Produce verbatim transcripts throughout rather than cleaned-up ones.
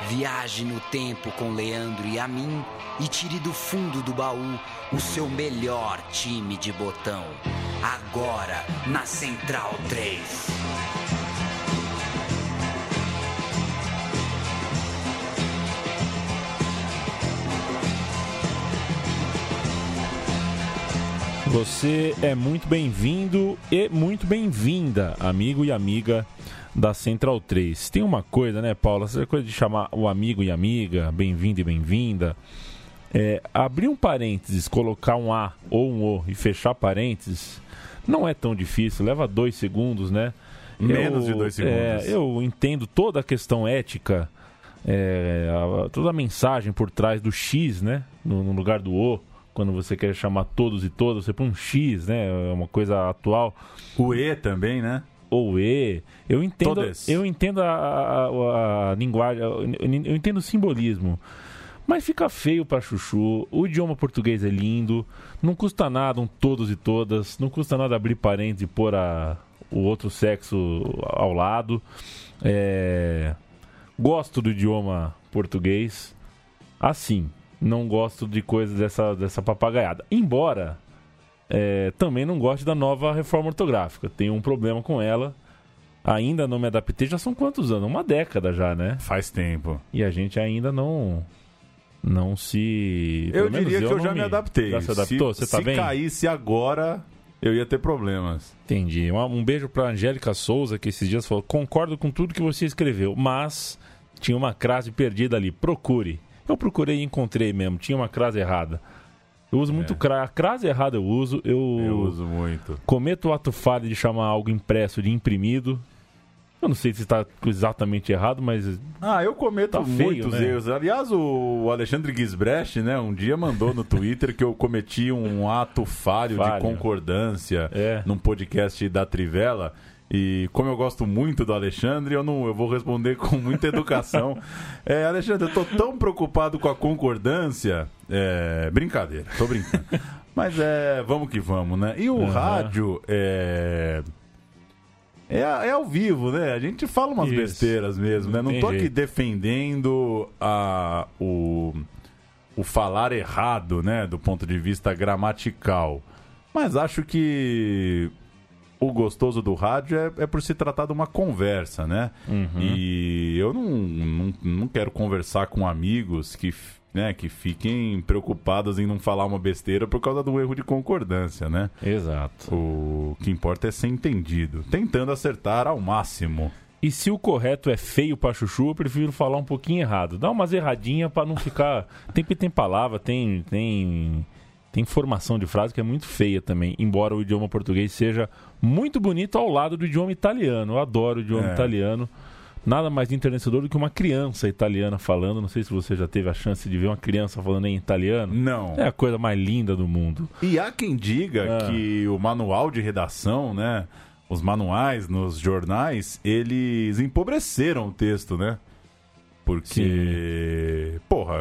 Viaje no tempo com Leandro e a mim e tire do fundo do baú o seu melhor time de botão. Agora na Central três. Você é muito bem-vindo e muito bem-vinda, amigo e amiga da Central três. Tem uma coisa, né, Paula? Essa coisa de chamar o amigo e amiga, bem-vindo e bem-vinda. É, abrir um parênteses, colocar um A ou um O e fechar parênteses não é tão difícil, leva dois segundos, né? Menos eu, de dois segundos. É, eu entendo toda a questão ética, é, a, toda a mensagem por trás do X, né? No, no lugar do O. Quando você quer chamar todos e todas, você põe um X, né? É uma coisa atual. O E também, né? Ou E. Eu entendo, Todes. eu entendo a, a, a, a linguagem, eu entendo o simbolismo. Mas fica feio pra chuchu. O idioma português é lindo. Não custa nada um todos e todas. Não custa nada abrir parênteses e pôr a, o outro sexo ao lado. É... Gosto do idioma português. Assim. Não gosto de coisas dessa, dessa papagaiada. Embora é, também não goste da nova reforma ortográfica. Tenho um problema com ela. Ainda não me adaptei. Já são quantos anos? Uma década já, né? Faz tempo. E a gente ainda não... Não se... Eu diria eu que eu já me, me adaptei. Já se adaptou? Se, Você tá se bem? Se caísse agora, eu ia ter problemas. Entendi. Um, um beijo pra Angélica Souza, que esses dias falou: concordo com tudo que você escreveu, mas tinha uma crase perdida ali. Procure. Eu procurei e encontrei mesmo. Tinha uma crase errada. Eu uso é. muito crase. Crase errada eu uso. Eu, eu uso muito. Cometo o ato falho de chamar algo impresso de imprimido. Eu não sei se está exatamente errado, mas... Ah, eu cometo tá feio, muitos né? erros. Aliás, o Alexandre Gisbrecht, né, um dia mandou no Twitter que eu cometi um ato falho, falho. de concordância é. num podcast da Trivela. E como eu gosto muito do Alexandre, eu, não, eu vou responder com muita educação. é, Alexandre, eu tô tão preocupado com a concordância. É, brincadeira, tô brincando. Mas é, vamos que vamos, né? E o uhum. rádio... É... É, é ao vivo, né? A gente fala umas Isso. besteiras mesmo, né? Não Tem tô jeito. aqui defendendo a, o, o falar errado, né? Do ponto de vista gramatical. Mas acho que o gostoso do rádio é, é por se tratar de uma conversa, né? Uhum. E eu não, não, não quero conversar com amigos que... Né, que fiquem preocupados em não falar uma besteira por causa do erro de concordância, né? Exato. O que importa é ser entendido, tentando acertar ao máximo. E se o correto é feio pra chuchu, eu prefiro falar um pouquinho errado. Dá umas erradinhas pra não ficar... tem, tem palavra, tem, tem, tem formação de frase que é muito feia também, embora o idioma português seja muito bonito ao lado do idioma italiano. Eu adoro o idioma é. italiano. Nada mais enternecedor do que uma criança italiana falando. Não sei se você já teve a chance de ver uma criança falando em italiano. Não. É a coisa mais linda do mundo. E há quem diga ah. que o manual de redação, né? Os manuais nos jornais, eles empobreceram o texto, né? Porque... Sim. Porra...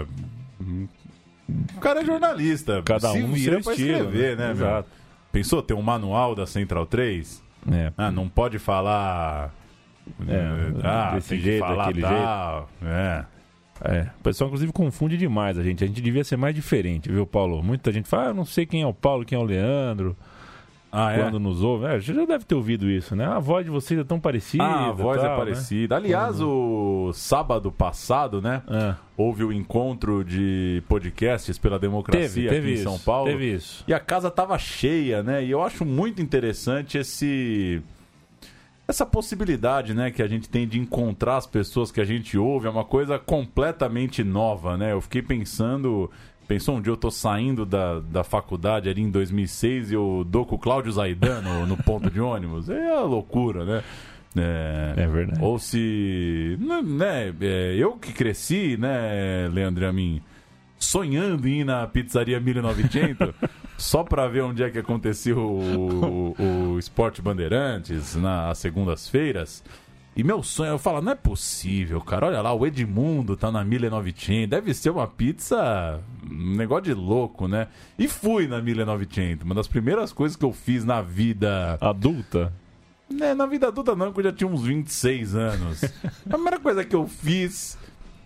O cara é jornalista. Cada se um vira no seu pra estilo, escrever, né? né Exato. Pensou ter um manual da Central três? É. Ah, não pode falar... É, ah, desse tem jeito, que falar daquele tal. jeito. É. É. O pessoal, inclusive, confunde demais a gente. A gente devia ser mais diferente, viu, Paulo? Muita gente fala, ah, eu não sei quem é o Paulo, quem é o Leandro. Ah, quando é? nos ouve. É, você já deve ter ouvido isso, né? A voz de vocês é tão parecida. Ah, a voz tal, é parecida. Né? Aliás, quando... o sábado passado, né? É. Houve o encontro de podcasts pela democracia teve, teve aqui isso, em São Paulo. Teve isso. E a casa tava cheia, né? E eu acho muito interessante esse... Essa possibilidade, né, que a gente tem de encontrar as pessoas que a gente ouve é uma coisa completamente nova, né? Eu fiquei pensando... Pensou um dia eu tô saindo da, da faculdade ali em dois mil e seis e eu dou com o Cláudio Zaidan no, no ponto de ônibus? É a loucura, né? É, é verdade. Ou se... Né, é, eu que cresci, né, Leandro e a mim, sonhando em ir na pizzaria mil e novecentos só pra ver onde é que aconteceu o, o, o Esporte Bandeirantes nas segundas-feiras. E meu sonho, eu falo, não é possível, cara. Olha lá, o Edmundo tá na mil e novecentos. Deve ser uma pizza, um negócio de louco, né? E fui na mil e novecentos. Uma das primeiras coisas que eu fiz na vida... Adulta? É, na vida adulta não, porque eu já tinha uns vinte e seis anos. A primeira coisa que eu fiz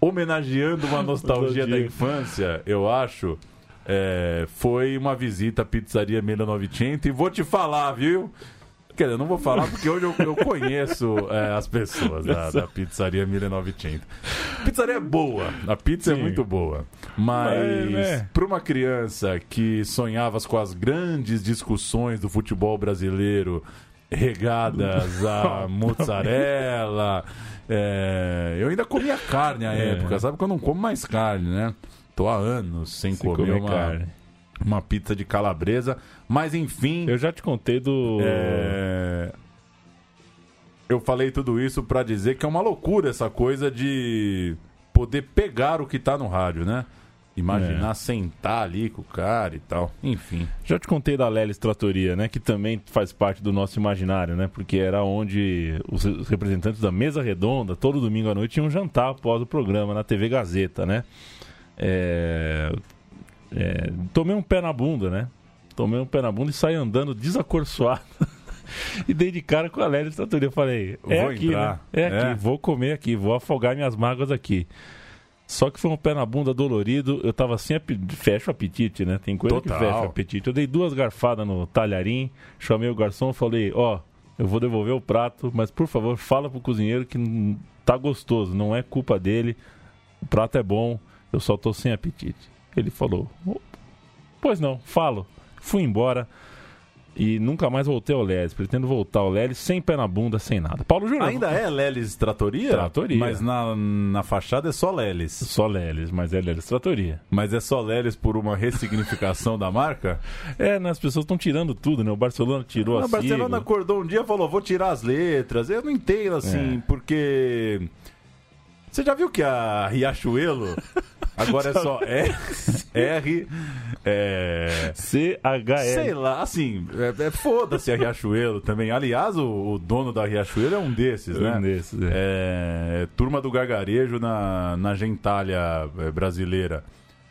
homenageando uma nostalgia da infância, eu acho, é, foi uma visita à Pizzaria mille novecento. E vou te falar, viu? Quer dizer, eu não vou falar porque hoje eu, eu conheço é, as pessoas da, da Pizzaria mille novecento. A pizzaria é boa, a pizza Sim. é muito boa. Mas, mas é. para uma criança que sonhava com as grandes discussões do futebol brasileiro, regadas a mozzarella, é, eu ainda comia carne à é. época, sabe que eu não como mais carne, né? Tô há anos sem comer, comer uma, carne. uma pizza de calabresa, mas enfim... Eu já te contei do... É... Eu falei tudo isso pra dizer que é uma loucura essa coisa de poder pegar o que tá no rádio, né? Imaginar é. sentar ali com o cara e tal, enfim. Já te contei da Lelis Trattoria, né? Que também faz parte do nosso imaginário, né? Porque era onde os representantes da mesa redonda, todo domingo à noite, iam jantar após o programa na T V Gazeta, né? É... É... Tomei um pé na bunda, né? Tomei um pé na bunda e saí andando desacorçoado. E dei de cara com a Lelis Trattoria. Eu falei, é vou aqui, entrar. né? É, é aqui, vou comer aqui, vou afogar minhas mágoas aqui. Só que foi um pé na bunda dolorido, eu tava sem apetite, fecha o apetite, né? Tem coisa Total. que fecha o apetite. Eu dei duas garfadas no talharim, chamei o garçom e falei, ó, oh, eu vou devolver o prato, mas por favor, fala pro cozinheiro que tá gostoso, não é culpa dele, o prato é bom, eu só tô sem apetite. Ele falou, oh, pois não, falo. Fui embora. E nunca mais voltei ao Lelis. Pretendo voltar ao Lelis sem pé na bunda, sem nada. Paulo Júnior. Ainda é Lelis Trattoria? Trattoria. Mas na, na fachada é só Lelis. Só Lelis, mas é Lelis Trattoria. Mas é só Lelis por uma ressignificação da marca? É, né, as pessoas estão tirando tudo, né? O Barcelona tirou a sigla. O Barcelona acordou um dia e falou, vou tirar as letras. Eu não entendo assim, é. porque... Você já viu que a Riachuelo agora é só R... É... C H L. Sei lá, assim, é, é, foda-se a Riachuelo também. Aliás, o, o dono da Riachuelo é um desses, né? Um desses, é. É, turma do gargarejo na, na gentalha brasileira.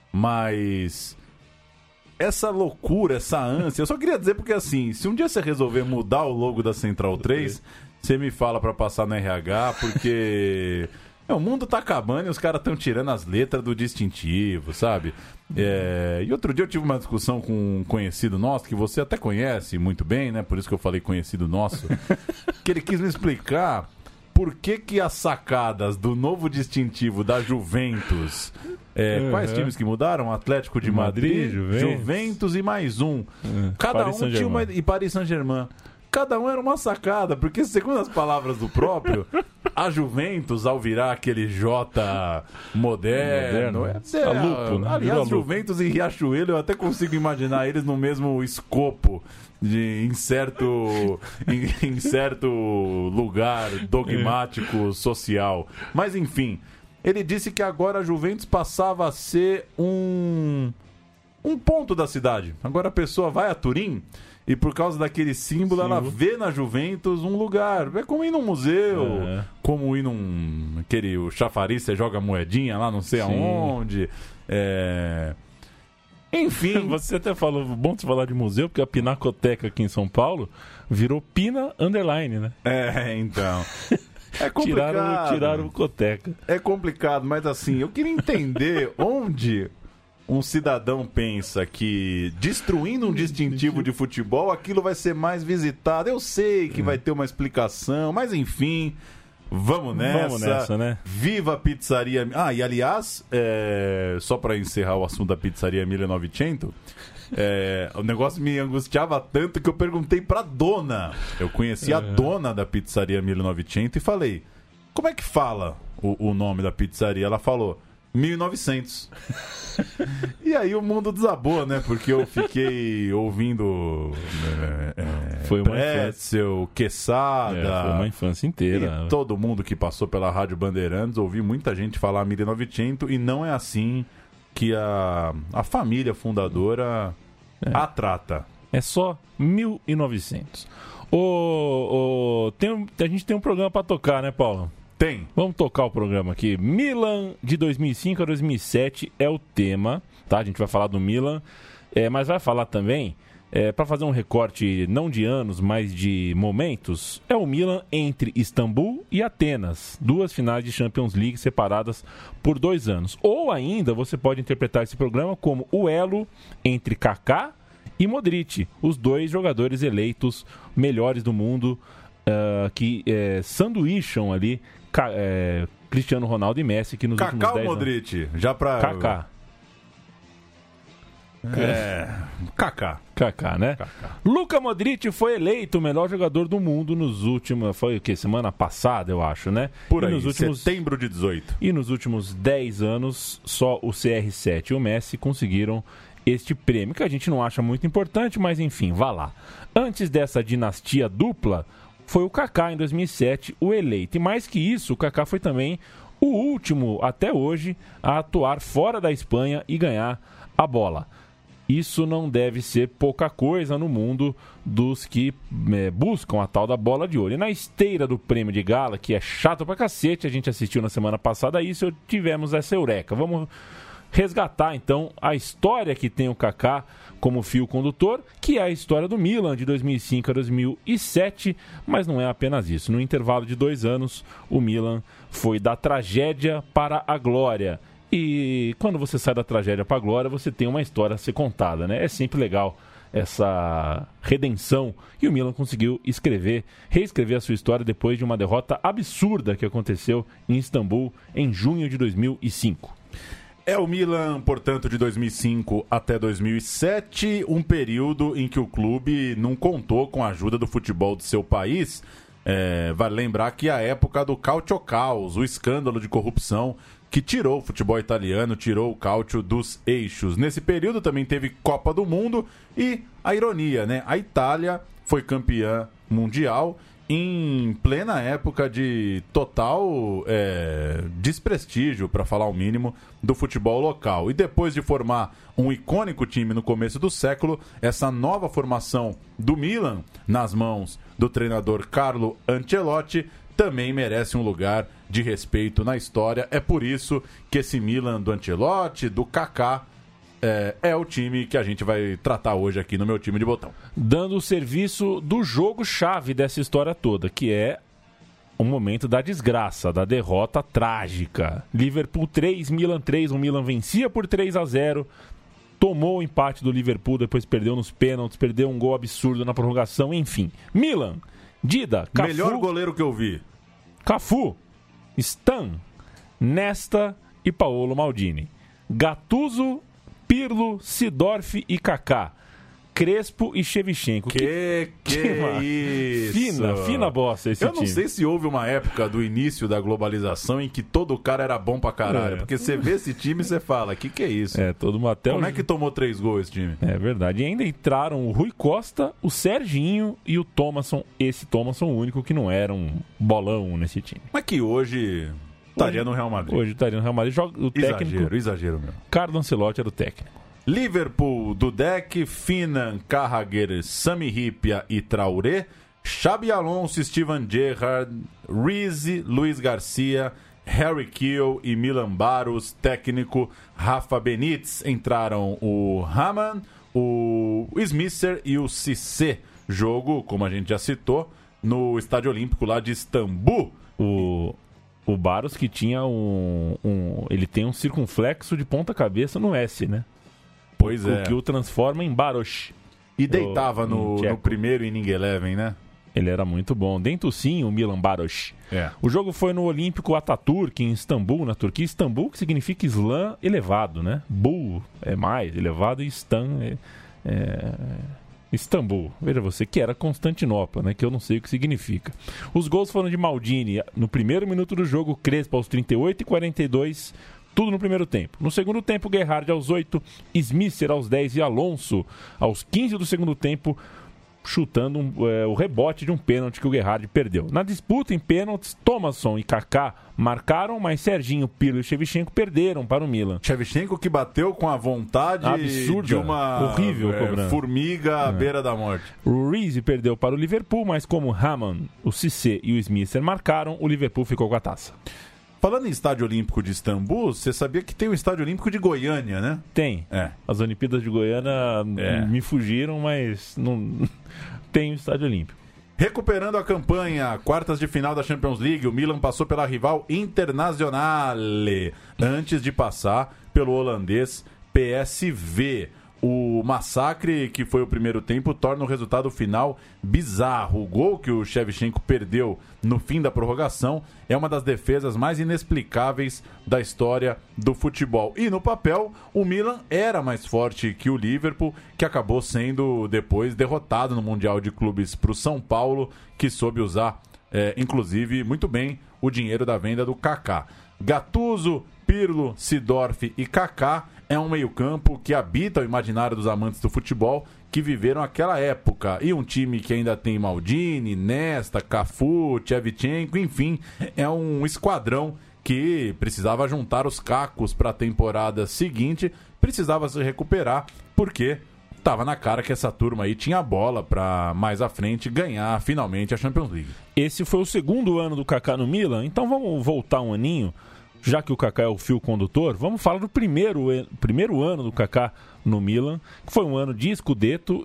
Mas essa loucura, essa ânsia... Eu só queria dizer porque, assim, se um dia você resolver mudar o logo da Central três, você me fala pra passar no R H, porque... É, o mundo tá acabando e os caras estão tirando as letras do distintivo, sabe? É, e outro dia eu tive uma discussão com um conhecido nosso, que você até conhece muito bem, né? Por isso que eu falei conhecido nosso. Que ele quis me explicar por que que as sacadas do novo distintivo da Juventus... É, uhum. Quais times que mudaram? Atlético de Madrid, Madrid Juventus. Juventus e mais um. Uhum. Cada Paris um tinha uma... E Paris Saint-Germain. Cada um era uma sacada, porque segundo as palavras do próprio, a Juventus, ao virar aquele J moderno, moderno. É, a lupo, né? Aliás, Juventus e Riachuelo, eu até consigo imaginar eles no mesmo escopo, de, em, certo, em, em certo lugar dogmático social. Mas enfim, ele disse que agora a Juventus passava a ser um, um ponto da cidade. Agora a pessoa vai a Turim... E por causa daquele símbolo, símbolo, ela vê na Juventus um lugar. É como ir num museu, é. como ir num... Aquele, o chafariz, você joga moedinha lá, não sei Sim. aonde. É... Enfim... Você até falou, bom você falar de museu, porque a Pinacoteca aqui em São Paulo virou Pina Underline, né? É, então... É complicado. Tiraram, tiraram o Coteca. É complicado, mas assim, eu queria entender onde... um cidadão pensa que destruindo um distintivo de futebol, aquilo vai ser mais visitado. Eu sei que vai ter uma explicação, mas enfim, vamos nessa. Vamos nessa, né? Viva a pizzaria... Ah, e aliás, é... só para encerrar o assunto da pizzaria mille novecento, é... o negócio me angustiava tanto que eu perguntei pra dona. Eu conheci a dona da pizzaria mille novecento e falei, como é que fala o, o nome da pizzaria? Ela falou... mil e novecentos. E aí o mundo desabou, né? Porque eu fiquei ouvindo é, é, foi uma pretzel, quesada. É, foi uma infância inteira. E todo mundo que passou pela Rádio Bandeirantes ouviu muita gente falar mil e novecentos e não é assim que a, a família fundadora é. a trata. É só mil e novecentos. O, o, tem, a gente tem um programa pra tocar, né, Paulo? Tem. Vamos tocar o programa aqui. Milan de dois mil e cinco a dois mil e sete é o tema, tá? A gente vai falar do Milan, é, mas vai falar também é, para fazer um recorte não de anos, mas de momentos, é o Milan entre Istambul e Atenas, duas finais de Champions League separadas por dois anos. Ou ainda você pode interpretar esse programa como o elo entre Kaká e Modric, os dois jogadores eleitos melhores do mundo, uh, que é, sanduícham ali é, Cristiano Ronaldo e Messi, que nos Kaká últimos dez ou Modric? anos... Já pra... Kaká. É... Kaká. Kaká, né? Kaká. Luka Modric foi eleito o melhor jogador do mundo nos últimos... Foi o quê? Semana passada, eu acho, né? Por e aí, nos últimos, setembro de dezoito. E nos últimos dez anos, só o C R sete e o Messi conseguiram este prêmio, que a gente não acha muito importante, mas enfim, vá lá. Antes dessa dinastia dupla, foi o Kaká em dois mil e sete o eleito. E mais que isso, o Kaká foi também o último, até hoje, a atuar fora da Espanha e ganhar a bola. Isso não deve ser pouca coisa no mundo dos que é, buscam a tal da bola de ouro. E na esteira do prêmio de gala, que é chato pra cacete, a gente assistiu na semana passada isso, tivemos essa eureka. Vamos resgatar, então, a história que tem o Kaká como fio condutor, que é a história do Milan de dois mil e cinco a dois mil e sete, mas não é apenas isso. No intervalo de dois anos, o Milan foi da tragédia para a glória. E quando você sai da tragédia para a glória, você tem uma história a ser contada, né? É sempre legal essa redenção. E o Milan conseguiu escrever, reescrever a sua história depois de uma derrota absurda que aconteceu em Istambul em junho de dois mil e cinco. É o Milan, portanto, de dois mil e cinco até dois mil e sete, um período em que o clube não contou com a ajuda do futebol do seu país. É, vale lembrar que a época do Calciocaus, o escândalo de corrupção que tirou o futebol italiano, tirou o Calcio dos eixos. Nesse período também teve Copa do Mundo e a ironia, né? A Itália foi campeã mundial em plena época de total é, desprestígio, para falar o mínimo, do futebol local. E depois de formar um icônico time no começo do século, essa nova formação do Milan, nas mãos do treinador Carlo Ancelotti, também merece um lugar de respeito na história. É por isso que esse Milan do Ancelotti, do Kaká, É, é o time que a gente vai tratar hoje aqui no Meu Time de Botão. Dando o serviço do jogo-chave dessa história toda, que é o momento da desgraça, da derrota trágica. Liverpool três, Milan três, o Milan vencia por três a zero, tomou o empate do Liverpool, depois perdeu nos pênaltis, perdeu um gol absurdo na prorrogação, enfim. Milan, Dida, Cafu... Melhor goleiro que eu vi. Cafu, Stan, Nesta e Paolo Maldini. Gattuso, Pirlo, Seedorf e Kaká. Crespo e Shevchenko. Que que, que isso? Fina, fina bossa esse Eu time. não sei se houve uma época do início da globalização em que todo cara era bom pra caralho. É. Porque você vê esse time e você fala, que que é isso? É, todo mundo até Como o... é que tomou três gols esse time? É verdade. E ainda entraram o Rui Costa, o Serginho e o Thomasson. Esse Thomasson, o único que não era um bolão nesse time. Mas que hoje estaria no Real Madrid. Hoje estaria no Real Madrid. Joga... O técnico... Exagero, exagero mesmo. Carlo Ancelotti era o técnico. Liverpool, Dudek, Finan, Carragher, Sami Hyypiä e Traoré, Xabi Alonso, Steven Gerrard, Reese, Luiz Garcia, Harry Kewell e Milan Baros, técnico Rafa Benítez. Entraram o Hamann, o Smisser e o Cissé. Jogo, como a gente já citou, no Estádio Olímpico lá de Istambul. O... O Baros que tinha um, um... Ele tem um circunflexo de ponta cabeça no S, né? Pois o é. que o transforma em Baros. E deitava no, no primeiro Inning Eleven, né? Ele era muito bom. Dentro sim, o Milan Baros. É. O jogo foi no Olímpico Ataturk, em Istambul, na Turquia. Istambul, que significa Islã elevado, né? Bul é mais elevado e Stan é... é... Istambul, veja você, que era Constantinopla, né? Que eu não sei o que significa. Os gols foram de Maldini no primeiro minuto do jogo, Crespo aos trinta e oito e quarenta e dois, tudo no primeiro tempo. No segundo tempo, Gerrard aos oito, Smisser aos dez e Alonso aos quinze do segundo tempo, chutando um, é, o rebote de um pênalti que o Gerrard perdeu. Na disputa em pênaltis, Thomasson e Kaká marcaram, mas Serginho, Pirlo e Shevchenko perderam para o Milan. Shevchenko que bateu com a vontade absurda, de uma horrível, é, formiga à é. beira da morte. O Reese perdeu para o Liverpool, mas como Hamann, o Cissé e o Smisser marcaram, o Liverpool ficou com a taça. Falando em Estádio Olímpico de Istambul, você sabia que tem o Estádio Olímpico de Goiânia, né? Tem. É. As Olimpíadas de Goiânia é. me fugiram, mas não tem o Estádio Olímpico. Recuperando a campanha, quartas de final da Champions League, o Milan passou pela rival Internazionale, antes de passar pelo holandês P S V. O massacre, que foi o primeiro tempo, torna o resultado final bizarro. O gol que o Shevchenko perdeu no fim da prorrogação é uma das defesas mais inexplicáveis da história do futebol. E no papel, o Milan era mais forte que o Liverpool, que acabou sendo depois derrotado no Mundial de Clubes para o São Paulo, que soube usar, é, inclusive, muito bem o dinheiro da venda do Kaká. Gattuso, Pirlo, Seedorf e Kaká é um meio-campo que habita o imaginário dos amantes do futebol que viveram aquela época. E um time que ainda tem Maldini, Nesta, Cafu, Shevchenko, enfim, é um esquadrão que precisava juntar os cacos para a temporada seguinte, precisava se recuperar, porque estava na cara que essa turma aí tinha bola para mais à frente ganhar finalmente a Champions League. Esse foi o segundo ano do Kaká no Milan, então vamos voltar um aninho. Já que o Kaká é o fio condutor, vamos falar do primeiro, primeiro ano do Kaká no Milan, que foi um ano de Scudetto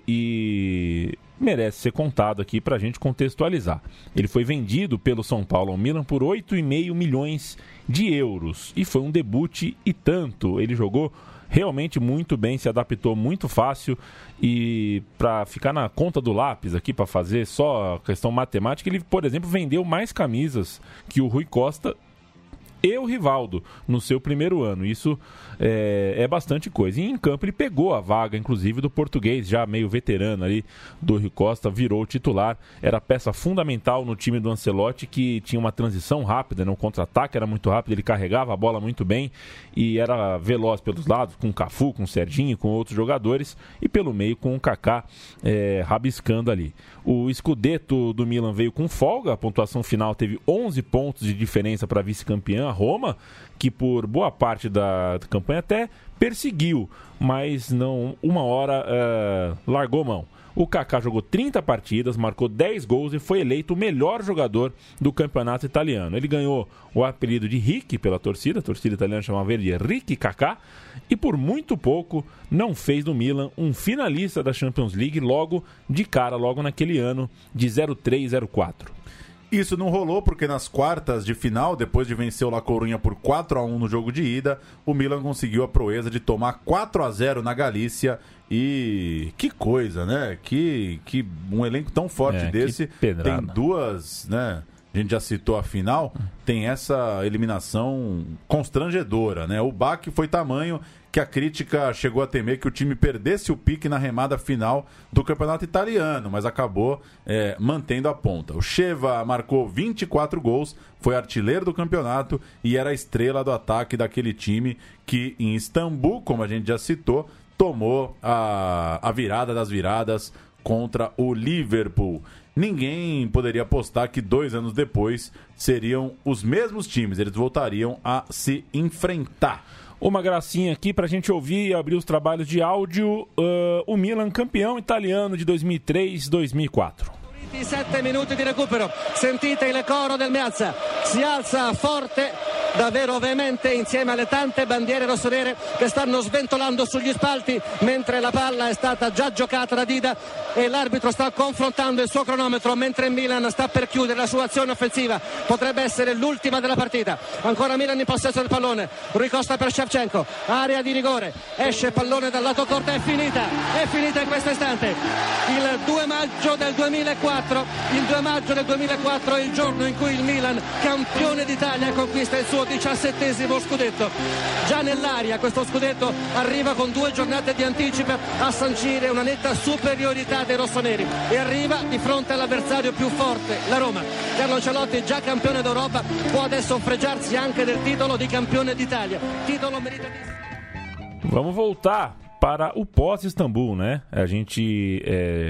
e merece ser contado aqui para a gente contextualizar. Ele foi vendido pelo São Paulo ao Milan por oito vírgula cinco milhões de euros e foi um debut e tanto. Ele jogou realmente muito bem, se adaptou muito fácil e para ficar na conta do lápis aqui, para fazer só a questão matemática, ele, por exemplo, vendeu mais camisas que o Rui Costa e o Rivaldo no seu primeiro ano. Isso é, é bastante coisa. E em campo ele pegou a vaga, inclusive, do português, já meio veterano ali, do Rui Costa, virou titular. Era peça fundamental no time do Ancelotti, que tinha uma transição rápida, né? O contra-ataque era muito rápido, ele carregava a bola muito bem e era veloz pelos lados, com o Cafu, com o Serginho, com outros jogadores, e pelo meio com o Kaká é, rabiscando ali. O Scudetto do Milan veio com folga, a pontuação final teve onze pontos de diferença para a vice-campeã, a Roma, que por boa parte da campanha até perseguiu, mas não, uma hora uh, largou mão. O Kaká jogou trinta partidas, marcou dez gols e foi eleito o melhor jogador do campeonato italiano. Ele ganhou o apelido de Ricky pela torcida, a torcida italiana chamava ele de Ricky Kaká, e por muito pouco não fez do Milan um finalista da Champions League logo de cara, logo naquele ano de zero três zero quatro. Isso não rolou porque nas quartas de final, depois de vencer o La Coruña por quatro a um no jogo de ida, o Milan conseguiu a proeza de tomar quatro a zero na Galícia. E que coisa, né? Que, que um elenco tão forte é, desse tem duas, né? A gente já citou a final, tem essa eliminação constrangedora, né? O baque foi tamanho que a crítica chegou a temer que o time perdesse o pique na remada final do campeonato italiano, mas acabou é, mantendo a ponta. O Sheva marcou vinte e quatro gols, foi artilheiro do campeonato e era a estrela do ataque daquele time que em Istambul, como a gente já citou, tomou a, a virada das viradas contra o Liverpool. Ninguém poderia apostar que dois anos depois seriam os mesmos times, eles voltariam a se enfrentar. Uma gracinha aqui pra gente ouvir e abrir os trabalhos de áudio. Uh, o Milan campeão italiano de dois mil e três dois mil e quatro. Sette minuti di recupero, sentite il coro del Meazza, si alza forte, davvero veemente insieme alle tante bandiere rossonere che stanno sventolando sugli spalti mentre la palla è stata già giocata da Dida e l'arbitro sta confrontando il suo cronometro mentre Milan sta per chiudere la sua azione offensiva, potrebbe essere l'ultima della partita. Ancora Milan in possesso del pallone, Rui Costa per Shevchenko, area di rigore, esce pallone dal lato corto, è finita, è finita in questo istante. Il due maggio del duemilaquattro, il due maggio del duemilaquattro è il giorno in cui il Milan, campione d'Italia, conquista il suo diciassettesimo scudetto. Già nell'aria questo scudetto arriva con due giornate di anticipo a sancire una netta superiorità dei rossoneri e arriva di fronte all'avversario più forte, la Roma. Carlo Ancelotti, già campione d'Europa, può adesso fregiarsi anche del titolo di campione d'Italia. Titolo meritatissimo. Vamos voltar para o pós-Istambul, né? A gente é,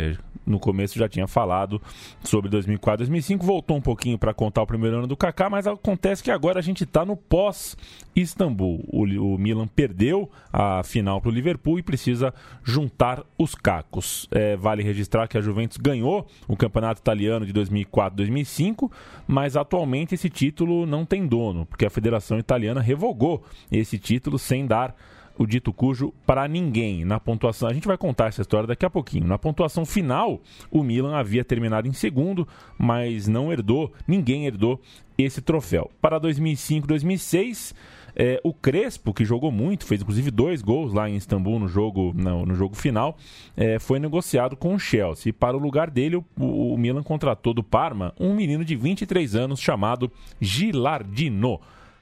no começo já tinha falado sobre dois mil e quatro, dois mil e cinco, voltou um pouquinho para contar o primeiro ano do Kaká, mas acontece que agora a gente está no pós-Istambul. O, o Milan perdeu a final para o Liverpool e precisa juntar os cacos. É, vale registrar que a Juventus ganhou o campeonato italiano de dois mil e quatro, dois mil e cinco, mas atualmente esse título não tem dono, porque a Federação Italiana revogou esse título sem dar o dito cujo para ninguém. Na pontuação, a gente vai contar essa história daqui a pouquinho. Na pontuação final, o Milan havia terminado em segundo, mas não herdou, ninguém herdou esse troféu. Para dois mil e cinco, dois mil e seis, é, o Crespo, que jogou muito, fez inclusive dois gols lá em Istambul no jogo, no, no jogo final, é, foi negociado com o Chelsea. E para o lugar dele, o, o Milan contratou do Parma um menino de vinte e três anos chamado Gilardino.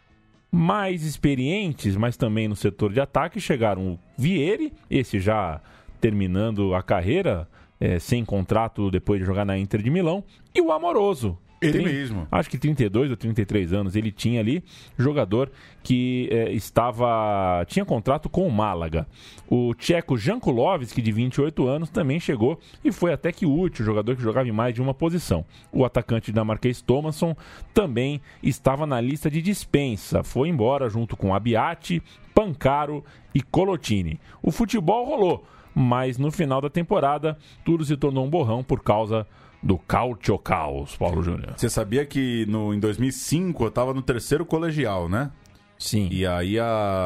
Mais experientes, mas também no setor de ataque, chegaram o Vieri, esse já terminando a carreira, é, sem contrato depois de jogar na Inter de Milão, e o Amoroso. Ele Tem, mesmo. Acho que trinta e dois ou trinta e três anos ele tinha ali, jogador que é, estava tinha contrato com o Málaga. O tcheco Jan Kulovski, de vinte e oito anos, também chegou e foi até que útil, jogador que jogava em mais de uma posição. O atacante dinamarquês Thomasson também estava na lista de dispensa, foi embora junto com Abbiati, Pancaro e Colotini. O futebol rolou, mas no final da temporada tudo se tornou um borrão por causa do Calcio Caos, Paulo Júnior. Você sabia que no, em dois mil e cinco eu estava no terceiro colegial, né? Sim. E aí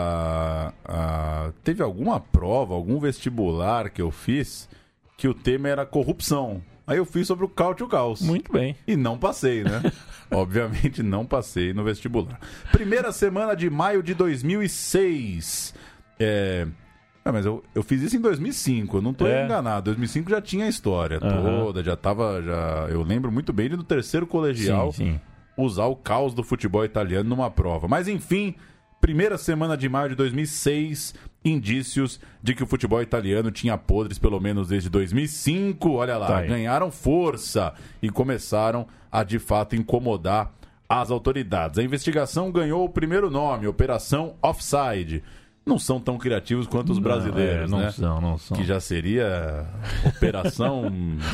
a, a, teve alguma prova, algum vestibular que eu fiz que o tema era corrupção. Aí eu fiz sobre o Calcio Caos. Muito bem. E não passei, né? Obviamente não passei no vestibular. Primeira semana de maio de dois mil e seis. É... Ah, mas eu, eu fiz isso em dois mil e cinco, eu não estou É. enganado. dois mil e cinco já tinha a história Aham. toda, já estava... Já... Eu lembro muito bem de no terceiro colegial Sim, sim. usar o caos do futebol italiano numa prova. Mas enfim, primeira semana de maio de dois mil e seis, indícios de que o futebol italiano tinha podres pelo menos desde dois mil e cinco. Olha lá, Tá aí. ganharam força e começaram a de fato incomodar as autoridades. A investigação ganhou o primeiro nome, Operação Offside. Não são tão criativos quanto os brasileiros, não, é, não né? são, não são. Que já seria Operação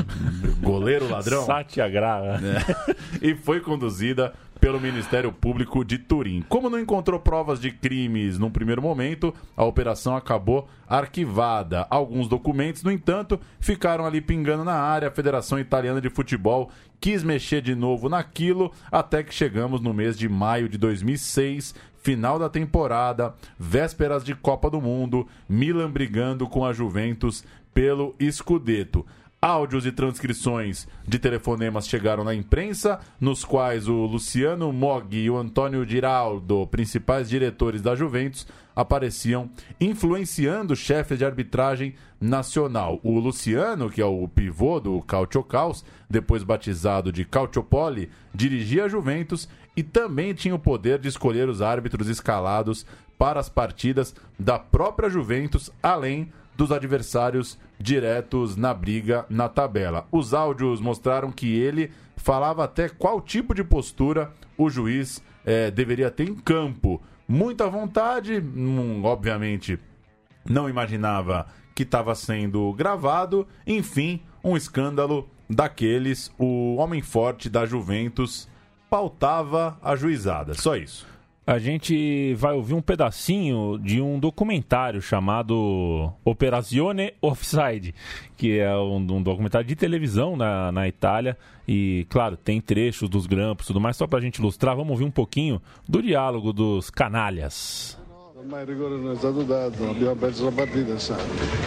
Goleiro Ladrão. Satyagraha. É. E foi conduzida pelo Ministério Público de Turim. Como não encontrou provas de crimes num primeiro momento, a operação acabou arquivada. Alguns documentos, no entanto, ficaram ali pingando na área. A Federação Italiana de Futebol quis mexer de novo naquilo, até que chegamos no mês de maio de dois mil e seis, final da temporada, vésperas de Copa do Mundo, Milan brigando com a Juventus pelo Scudetto. Áudios e transcrições de telefonemas chegaram na imprensa, nos quais o Luciano Moggi e o Antônio Giraldo, principais diretores da Juventus, apareciam influenciando chefes de arbitragem nacional. O Luciano, que é o pivô do Calcio Caos, depois batizado de Calciopoli, dirigia a Juventus e também tinha o poder de escolher os árbitros escalados para as partidas da própria Juventus, além dos adversários diretos na briga na tabela. Os áudios mostraram que ele falava até qual tipo de postura o juiz eh, deveria ter em campo. Muita vontade, hum, obviamente não imaginava que estava sendo gravado. Enfim, um escândalo daqueles. O homem forte da Juventus pautava a juizada. Só isso. A gente vai ouvir um pedacinho de um documentário chamado Operazione Offside, que é um, um documentário de televisão na, na Itália. E, claro, tem trechos dos grampos e tudo mais. Só pra gente ilustrar, vamos ouvir um pouquinho do diálogo dos canalhas. Ormai il rigore non è stato dato, abbiamo perso la partita, sa.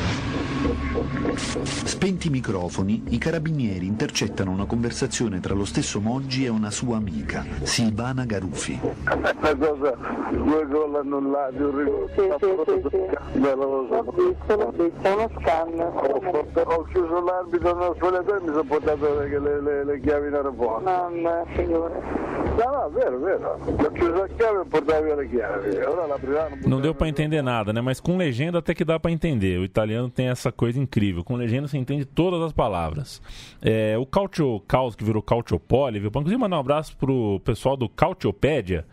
Spenti i microfoni, i carabinieri intercettano una conversazione tra lo stesso Moggi e una sua amica, Silvana Garufi. Una cosa, due gol annullati, un rigore. Sì, sì, sì, sì. Beh, lo so. L'ho visto, l'ho visto, è uno scandalo. Ho, ho chiuso l'arbitro nello spogliatoio e mi sono portato le, le, le, le chiavi in aeroporto. Mamma, figura. No, no, vero, vero. Ho chiuso la chiave e portavo via le chiavi. Ora la privata non Não deu pra entender nada, né? Mas com legenda até que dá pra entender. O italiano tem essa coisa incrível. Com legenda você entende todas as palavras. É, o Calcio Caos, que virou Calciopoli, viu? Inclusive mandar um abraço pro pessoal do Calciopédia.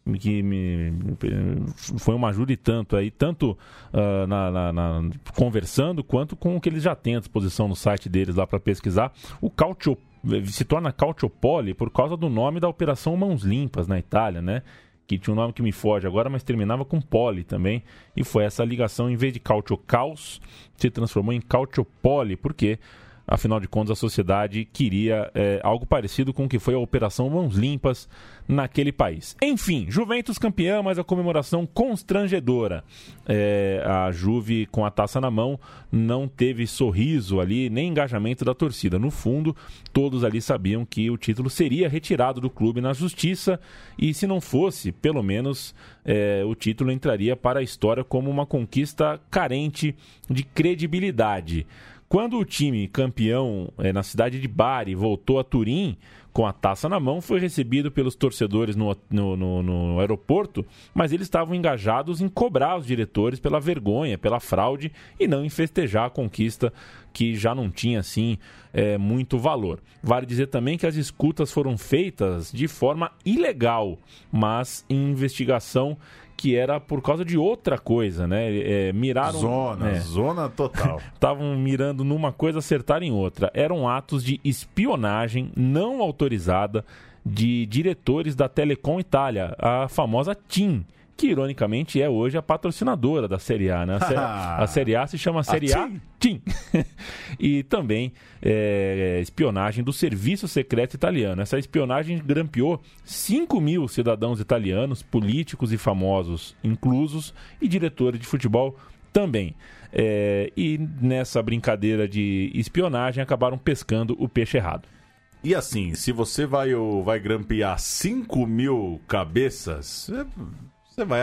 que me, foi uma ajuda e tanto aí, tanto uh, na, na, na, conversando, quanto com o que eles já têm à disposição no site deles lá para pesquisar. O Calcio se torna Calciopoli por causa do nome da Operação Mãos Limpas na Itália, né? Que tinha um nome que me foge agora, mas terminava com Poli também, e foi essa ligação, em vez de Calcio Caos, se transformou em Calciopoli, porque afinal de contas a sociedade queria é, algo parecido com o que foi a Operação Mãos Limpas naquele país. Enfim, Juventus campeã, mas a comemoração constrangedora. É, a Juve com a taça na mão não teve sorriso ali, nem engajamento da torcida. No fundo, todos ali sabiam que o título seria retirado do clube na justiça, e se não fosse, pelo menos é, o título entraria para a história como uma conquista carente de credibilidade. Quando o time campeão é, na cidade de Bari voltou a Turim com a taça na mão, foi recebido pelos torcedores no, no, no, no aeroporto, mas eles estavam engajados em cobrar os diretores pela vergonha, pela fraude, e não em festejar a conquista que já não tinha assim é, muito valor. Vale dizer também que as escutas foram feitas de forma ilegal, mas em investigação que era por causa de outra coisa, né? É, miraram... Zona, é, zona total. Estavam mirando numa coisa, acertaram em outra. Eram atos de espionagem não autorizada de diretores da Telecom Itália, a famosa TIM, que ironicamente é hoje a patrocinadora da Série A, né? A, sé... a Série A se chama Série A TIM. E também é, espionagem do Serviço Secreto Italiano. Essa espionagem grampeou cinco mil cidadãos italianos, políticos e famosos inclusos, e diretores de futebol também. É, e nessa brincadeira de espionagem acabaram pescando o peixe errado. E assim, se você vai, vai grampear cinco mil cabeças... Você vai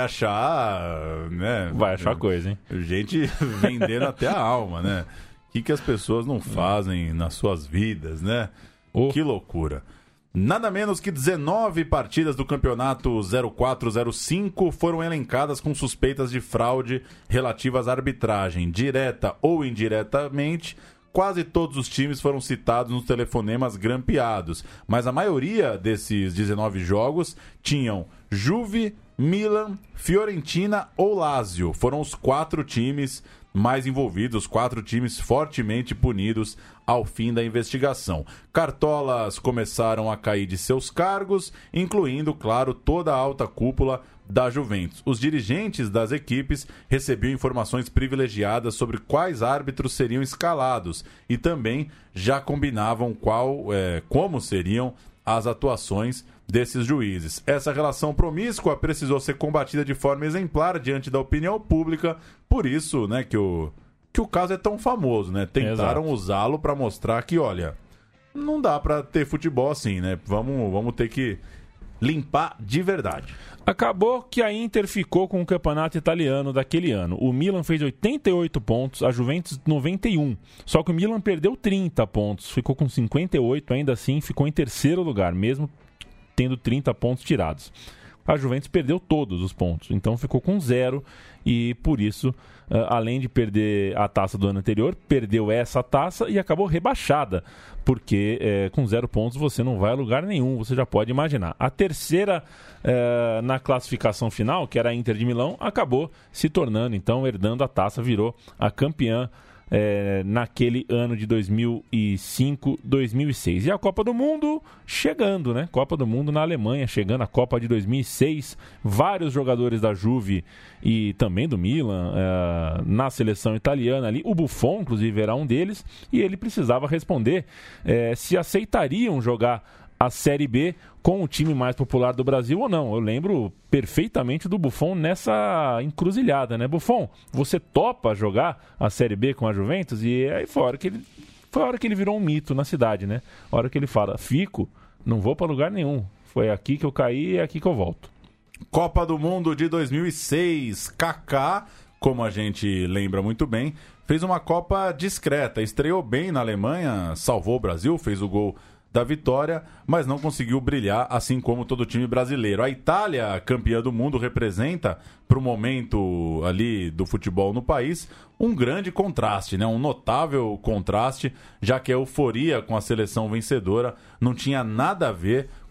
achar, né? Vai achar coisa, hein? Gente vendendo até a alma, né? O que, que as pessoas não fazem nas suas vidas, né? Oh. Que loucura. Nada menos que dezenove partidas do campeonato zero quatro zero cinco foram elencadas com suspeitas de fraude relativas à arbitragem, direta ou indiretamente. Quase todos os times foram citados nos telefonemas grampeados, mas a maioria desses dezenove jogos tinham Juve, Milan, Fiorentina ou Lazio. Foram os quatro times mais envolvidos, os quatro times fortemente punidos ao fim da investigação. Cartolas começaram a cair de seus cargos, incluindo, claro, toda a alta cúpula da Juventus. Os dirigentes das equipes recebiam informações privilegiadas sobre quais árbitros seriam escalados e também já combinavam qual, é, como seriam as atuações desses juízes. Essa relação promíscua precisou ser combatida de forma exemplar diante da opinião pública, por isso, né, que o, que o caso é tão famoso, né? Tentaram Exato. usá-lo para mostrar que, olha, não dá para ter futebol assim, né? Vamos, vamos ter que limpar de verdade. Acabou que a Inter ficou com o campeonato italiano daquele ano. O Milan fez oitenta e oito pontos, a Juventus noventa e um. Só que o Milan perdeu trinta pontos, ficou com cinquenta e oito, ainda assim ficou em terceiro lugar, mesmo tendo trinta pontos tirados. A Juventus perdeu todos os pontos, então ficou com zero e por isso, uh, além de perder a taça do ano anterior, perdeu essa taça e acabou rebaixada, porque uh, com zero pontos você não vai a lugar nenhum, você já pode imaginar. A terceira uh, na classificação final, que era a Inter de Milão, acabou se tornando, então, herdando a taça, virou a campeã É, naquele ano de dois mil e cinco, dois mil e seis. E a Copa do Mundo chegando, né? Copa do Mundo na Alemanha, chegando a Copa de dois mil e seis. Vários jogadores da Juve e também do Milan é, na seleção italiana ali. O Buffon, inclusive, era um deles. E ele precisava responder é, se aceitariam jogar a Série B com o time mais popular do Brasil ou não. Eu lembro perfeitamente do Buffon nessa encruzilhada, né? Buffon, você topa jogar a Série B com a Juventus? E aí foi a hora que ele, foi a hora que ele virou um mito na cidade, né? A hora que ele fala, fico, não vou para lugar nenhum. Foi aqui que eu caí e é aqui que eu volto. Copa do Mundo de dois mil e seis. Kaká, como a gente lembra muito bem, fez uma Copa discreta. Estreou bem na Alemanha, salvou o Brasil, fez o gol da vitória, mas não conseguiu brilhar, assim como todo o time brasileiro. A Itália, campeã do mundo, representa, para o momento ali do futebol no país, um grande contraste, né? Um notável contraste, já que a euforia com a seleção vencedora não tinha nada a ver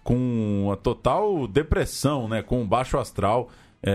com a total depressão, né? Com baixo astral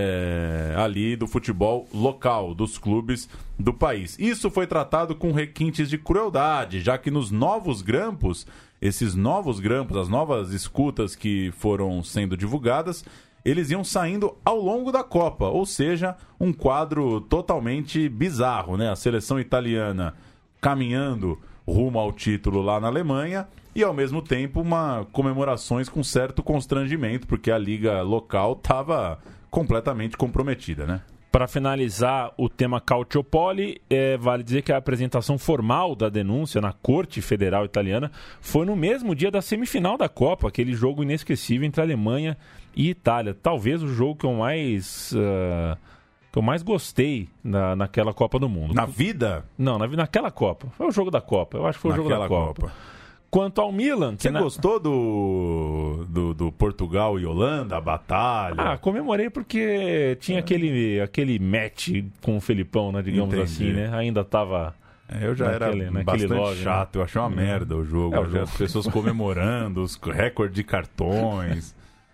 é, ali do futebol local, dos clubes do país. Isso foi tratado com requintes de crueldade, já que nos novos grampos, esses novos grampos, as novas escutas que foram sendo divulgadas, eles iam saindo ao longo da Copa, ou seja, um quadro totalmente bizarro, né? A seleção italiana caminhando rumo ao título lá na Alemanha e, ao mesmo tempo, uma comemorações com certo constrangimento, porque a liga local estava completamente comprometida, né? Para finalizar o tema Calciopoli, é, vale dizer que a apresentação formal da denúncia na Corte Federal Italiana foi no mesmo dia da semifinal da Copa, aquele jogo inesquecível entre a Alemanha e Itália. Talvez o jogo que eu mais, uh, que eu mais gostei na, naquela Copa do Mundo. Na vida? Não, na, naquela Copa. Foi o jogo da Copa. Eu acho que foi o naquela jogo da Copa. Copa. Quanto ao Milan... Você na... gostou do, do, do Portugal e Holanda, a batalha? Ah, comemorei porque tinha aquele, aquele match com o Felipão, né, digamos Entendi. assim, né? Ainda tava... É, eu já naquele, era naquele bastante log, chato, né? eu achei uma merda o jogo. É, o jogo. As pessoas comemorando, os recordes de cartões.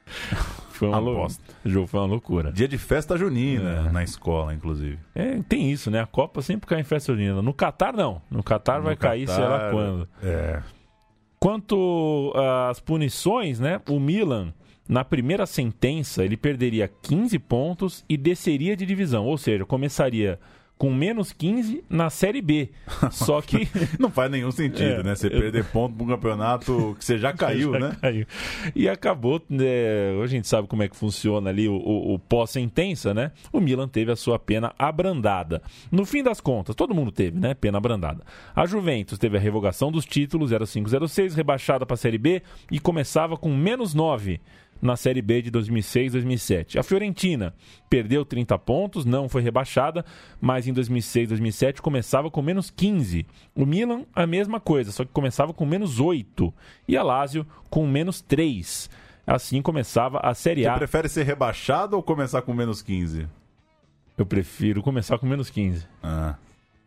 Foi uma lou- Aposta. O jogo foi uma loucura. Dia de festa junina É. na escola, inclusive. É, tem isso, né? A Copa sempre cai em festa junina. No Catar, não. No Catar vai No cair, sei lá Catar, quando. É. Quanto às punições, né? O Milan, na primeira sentença, ele perderia quinze pontos e desceria de divisão. Ou seja, começaria com menos quinze na Série B. Só que... Não faz nenhum sentido, É, né? Você eu- perder ponto para um campeonato que você já caiu, Já né? caiu. E acabou, né, a gente sabe como é que funciona ali o, o- o pós-sentença, né? O Milan teve a sua pena abrandada. No fim das contas, todo mundo teve, né? Pena abrandada. A Juventus teve a revogação dos títulos, zero cinco zero seis, rebaixada para a Série B e começava com menos nove na Série B de dois mil e seis dois mil e sete. A Fiorentina perdeu trinta pontos, não foi rebaixada, mas em dois mil e seis dois mil e sete começava com menos quinze. O Milan, a mesma coisa, só que começava com menos oito. E a Lazio com menos três. Assim começava a Série Você A. prefere ser rebaixado ou começar com menos quinze? Eu prefiro começar com menos quinze. Ah.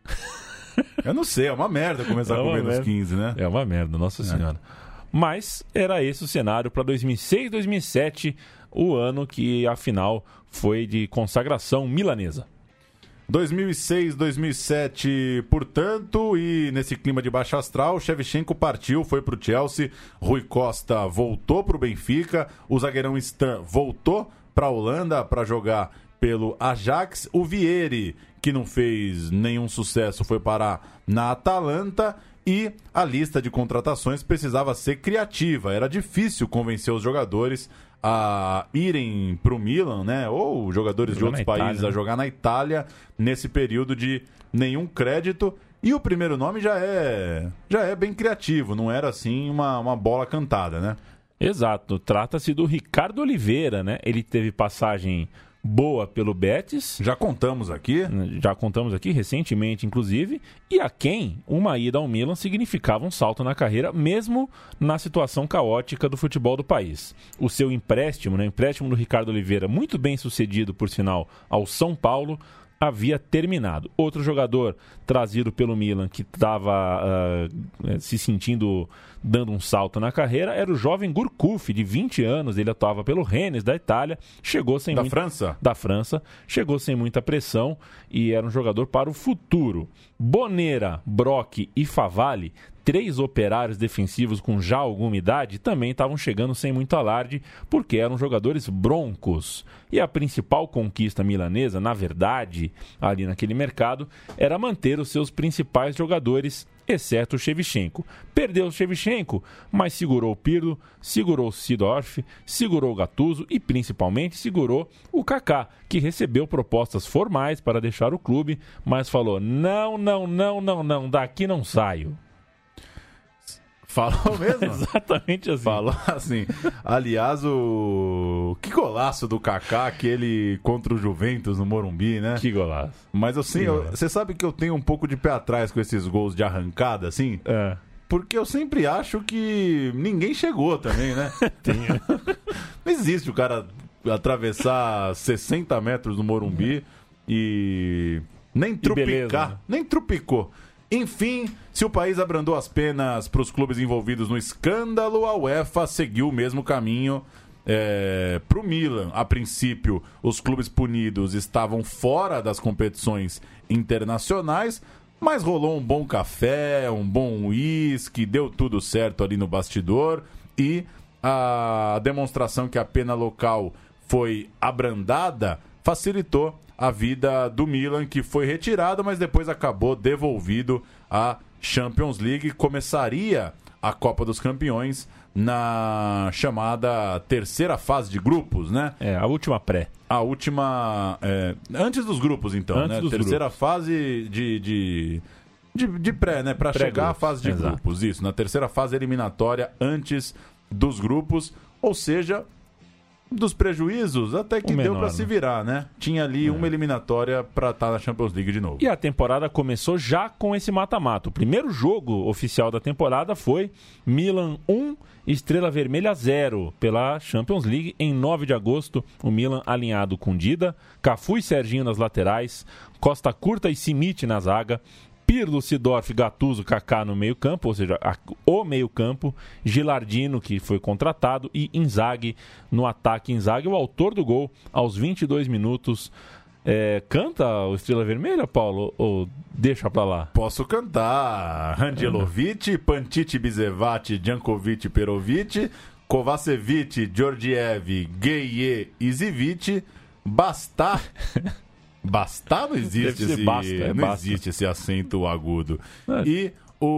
Eu não sei, é uma merda começar É com uma menos merda. quinze, né? É uma merda, nossa senhora. Mas era esse o cenário para dois mil e seis dois mil e sete, o ano que a final foi de consagração milanesa. dois mil e seis, dois mil e sete, portanto, e nesse clima de baixo astral, Shevchenko partiu, foi pro Chelsea, Rui Costa voltou pro Benfica, o zagueirão Stan voltou pra Holanda para jogar pelo Ajax, o Vieri, que não fez nenhum sucesso, foi parar na Atalanta. E a lista de contratações precisava ser criativa. Era difícil convencer os jogadores a irem para o Milan, né? Ou jogadores de Jogar outros na Itália, países né? a jogar na Itália nesse período de nenhum crédito. E o primeiro nome já é, já é bem criativo. Não era assim uma, uma bola cantada, né? Exato. Trata-se do Ricardo Oliveira, né? Ele teve passagem boa pelo Betis. Já contamos aqui. Já contamos aqui recentemente, inclusive, e a quem uma ida ao Milan significava um salto na carreira, mesmo na situação caótica do futebol do país. O seu empréstimo, né, o empréstimo do Ricardo Oliveira, muito bem sucedido, por sinal, ao São Paulo, havia terminado. Outro jogador trazido pelo Milan que estava uh, se sentindo dando um salto na carreira era o jovem Gourcuff, de vinte anos. Ele atuava pelo Rennes da Itália, chegou sem Da muito... França? Da França, chegou sem muita pressão e era um jogador para o futuro. Bonera, Brock e Favalli, três operários defensivos com já alguma idade, também estavam chegando sem muito alarde, porque eram jogadores broncos. E a principal conquista milanesa, na verdade, ali naquele mercado, era manter os seus principais jogadores, exceto o Shevchenko. Perdeu o Shevchenko, mas segurou o Pirlo, segurou o Seedorf, segurou o Gattuso e principalmente segurou o Kaká, que recebeu propostas formais para deixar o clube, mas falou: não, não, não, não, não, daqui não saio. Falou mesmo? Exatamente assim. Falou assim. Aliás, o... Que golaço do Kaká, aquele contra o Juventus no Morumbi, né? Que golaço. Mas assim, eu- você sabe que eu tenho um pouco de pé atrás com esses gols de arrancada, assim? É. Porque eu sempre acho que ninguém chegou também, né? Não existe o cara atravessar sessenta metros no Morumbi e nem beleza, trupicar, né? nem trupicou. Enfim, se o país abrandou as penas para os clubes envolvidos no escândalo, a UEFA seguiu o mesmo caminho é, para o Milan. A princípio, os clubes punidos estavam fora das competições internacionais, mas rolou um bom café, um bom uísque, deu tudo certo ali no bastidor e a demonstração que a pena local foi abrandada facilitou a vida do Milan, que foi retirado, mas depois acabou devolvido à Champions League. Começaria a Copa dos Campeões na chamada terceira fase de grupos, né? É, a última pré. A última... É, antes dos grupos, então, antes né? Dos terceira grupos. fase de... de... De, de pré, né? Para chegar à fase de exato. grupos, isso. Na terceira fase eliminatória, antes dos grupos, ou seja, dos prejuízos, até que o deu menor, para se virar, né? Tinha ali é. uma eliminatória para estar na Champions League de novo. E a temporada começou já com esse mata-mata. O primeiro jogo oficial da temporada foi Milan um, Estrela Vermelha zero, pela Champions League, em nove de agosto. O Milan alinhado com Dida, Cafu e Serginho nas laterais, Costa Curta e Simic na zaga, Pirlo, Sidorf, Gattuso, Kaká no meio-campo, ou seja, a, o meio-campo, Gilardino, que foi contratado, e Inzaghi no ataque. Inzaghi, o autor do gol, aos vinte e dois minutos. É, canta o Estrela Vermelha, Paulo, ou deixa pra lá? Posso cantar. Angelovic, Pantici, Bizevati, Jankovic, Perovic, Kovacevic, Georgiev, Gueye e Zivic, Basta... Bastar não existe, esse, basta, é não basta. existe esse acento agudo. É. E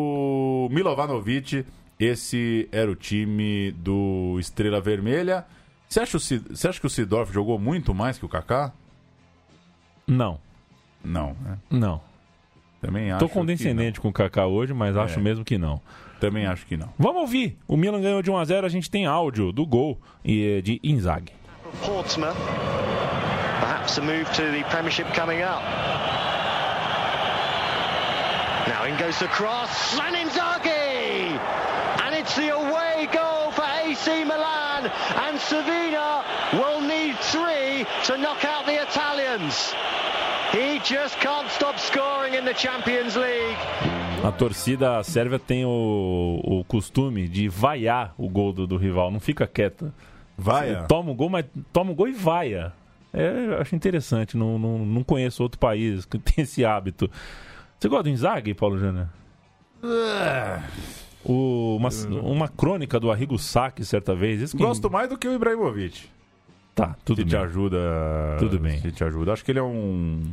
o Milovanovic, esse era o time do Estrela Vermelha. Você acha, o Cid... Você acha que o Sidorf jogou muito mais que o Kaká? Não. Não, né? Não. Também acho. Tô condescendente com o Kaká hoje, mas acho É. mesmo que não. Também acho que não. Vamos ouvir. O Milan ganhou de um a zero, a gente tem áudio do gol e de Inzaghi. Portsmouth. Perhaps a move to the Premiership coming up. Now in goes the cross, and Inzaghi! And it's the away goal for A C Milan, and Savina will need three to knock out the Italians. He just can't stop scoring in the Champions League. A torcida sérvia tem o, o costume de vaiar o gol do, do rival, não fica quieta. Vaia? Toma o gol, mas toma o gol e vaia. É, eu acho interessante, não, não, não conheço outro país que tem esse hábito. Você gosta do Inzaghi, Paulo Júnior? O, uma, uma crônica do Arrigo Sacchi, certa vez. Isso que... Gosto mais do que o Ibrahimovic. Tá, tudo que bem. te ajuda. Tudo bem. Que te ajuda. Acho que ele é um...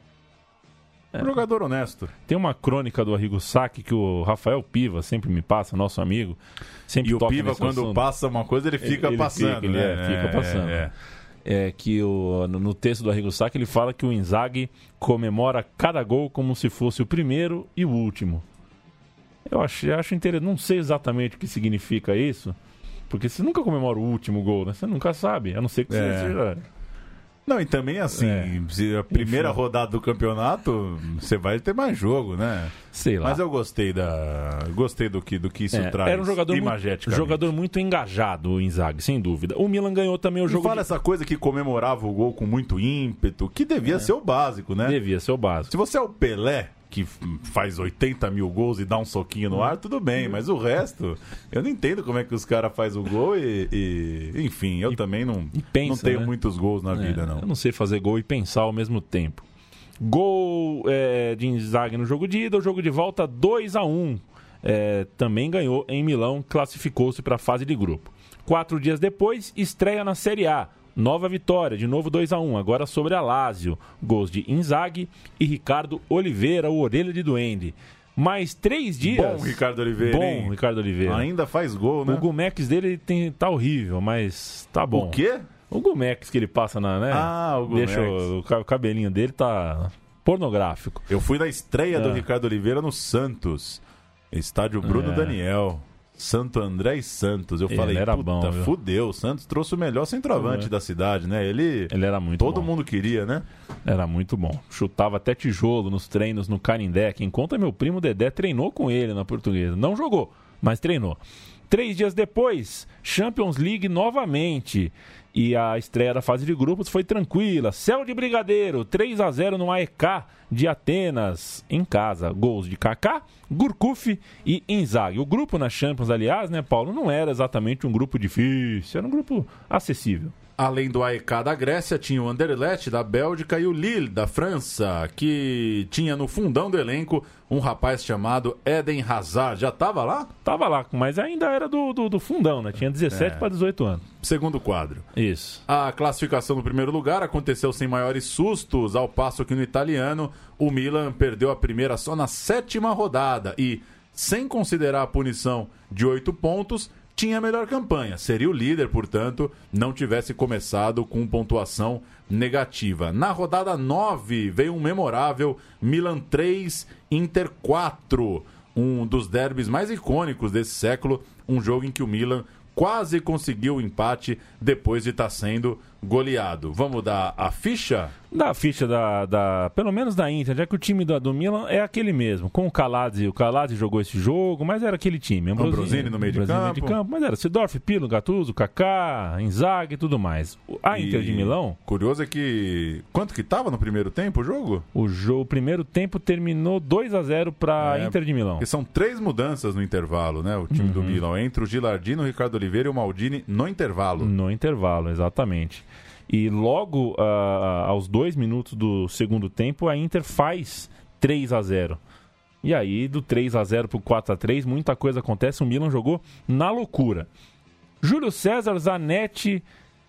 Um jogador honesto. Tem uma crônica do Arrigo Sacchi que o Rafael Piva sempre me passa, nosso amigo. Sempre E o toca Piva, nesse quando assunto. passa uma coisa, ele fica Ele- ele passando. fica, ele né? é, fica passando. É, É que o, no no texto do Arrigo Sacchi ele fala que o Inzaghi comemora cada gol como se fosse o primeiro e o último. Eu acho, eu acho interessante. Não sei exatamente o que significa isso, porque você nunca comemora o último gol, né? Você nunca sabe, a não ser que você É. seja... Não, e também assim, É. se a primeira Enfim. rodada do campeonato, você vai ter mais jogo, né? Sei lá. Mas eu gostei da. Gostei do que, do que isso É, traz. era um jogador muito, imageticamente. jogador muito engajado, o Inzaghi, sem dúvida. O Milan ganhou também o Não jogo fala de... essa coisa que comemorava o gol com muito ímpeto, que devia ser o básico, né? Devia ser o básico. Se você é o Pelé, que f- faz oitenta mil gols e dá um soquinho no ar, tudo bem, mas o resto, eu não entendo como é que os caras fazem o gol e, e- Enfim, eu E- também não, e pensa, não tenho né? muitos gols na vida, É, não. Eu não sei fazer gol e pensar ao mesmo tempo. Gol é, de Inzaghi no jogo de ida, o jogo de volta dois a um. É, também ganhou em Milão, classificou-se para a fase de grupo. Quatro dias depois, estreia na Série A. Nova vitória, de novo dois a um, agora sobre a Lazio. Gols de Inzaghi e Ricardo Oliveira, o orelha de duende. Mais três dias... Bom, Ricardo Oliveira, Bom, hein? Ricardo Oliveira. Ainda faz gol, né? O Gumex dele tem, tá horrível, mas tá bom. O quê? O Gumex que ele passa na, né? Ah, o Gumex. Deixa o, o ca- o cabelinho dele tá pornográfico. Eu fui na estreia do Ah. Ricardo Oliveira no Santos. Estádio Bruno É. Daniel. Santo André e Santos. Eu Ele falei, era puta, bom, viu? fudeu. O Santos trouxe o melhor centroavante É. da cidade, né? Ele... Ele era muito Todo bom. mundo queria, né? Era muito bom. Chutava até tijolo nos treinos no Canindé. Quem conta é meu primo Dedé, treinou com ele na Portuguesa. Não jogou, mas treinou. Três dias depois, Champions League novamente. E a estreia da fase de grupos foi tranquila. Céu de Brigadeiro, três a zero no A E K de Atenas, em casa. Gols de Kaká, Gurkuf e Inzaghi. O grupo na Champions, aliás, né, Paulo, não era exatamente um grupo difícil, era um grupo acessível. Além do A E K da Grécia, tinha o Anderlecht da Bélgica e o Lille da França, que tinha no fundão do elenco um rapaz chamado Eden Hazard. Já estava lá? Tava lá, mas ainda era do, do, do fundão, né? Tinha dezessete É. para dezoito anos. Segundo quadro. Isso. A classificação no primeiro lugar aconteceu sem maiores sustos, ao passo que no italiano o Milan perdeu a primeira só na sétima rodada e, sem considerar a punição de oito pontos, tinha a melhor campanha. Seria o líder, portanto, não tivesse começado com pontuação negativa. Na rodada nove veio um memorável Milan três, Inter quatro, um dos derbys mais icônicos desse século, um jogo em que o Milan quase conseguiu o empate depois de estar sendo goleado. Vamos dar a ficha? Da ficha da, da... Pelo menos da Inter, já que o time do, do Milan é aquele mesmo. Com o Calazzi, o Calazzi jogou esse jogo, mas era aquele time. Ambrosini no meio de Ambrosini campo. de campo. Mas era Seedorf, Pirlo, Gattuso, Kaká, Inzaghi e tudo mais. A Inter E de Milão... Curioso é que... Quanto que estava no primeiro tempo o jogo? O, jogo, o primeiro tempo terminou dois a zero para a É, Inter de Milão. Porque são três mudanças no intervalo, né? O time Uhum. do Milan. Entre o Gilardino, o Ricardo Oliveira e o Maldini no intervalo. No intervalo, exatamente. E logo ah, aos dois minutos do segundo tempo, a Inter faz três a zero. E aí, do três a zero para o quatro a três, muita coisa acontece. O Milan jogou na loucura. Júlio César, Zanetti,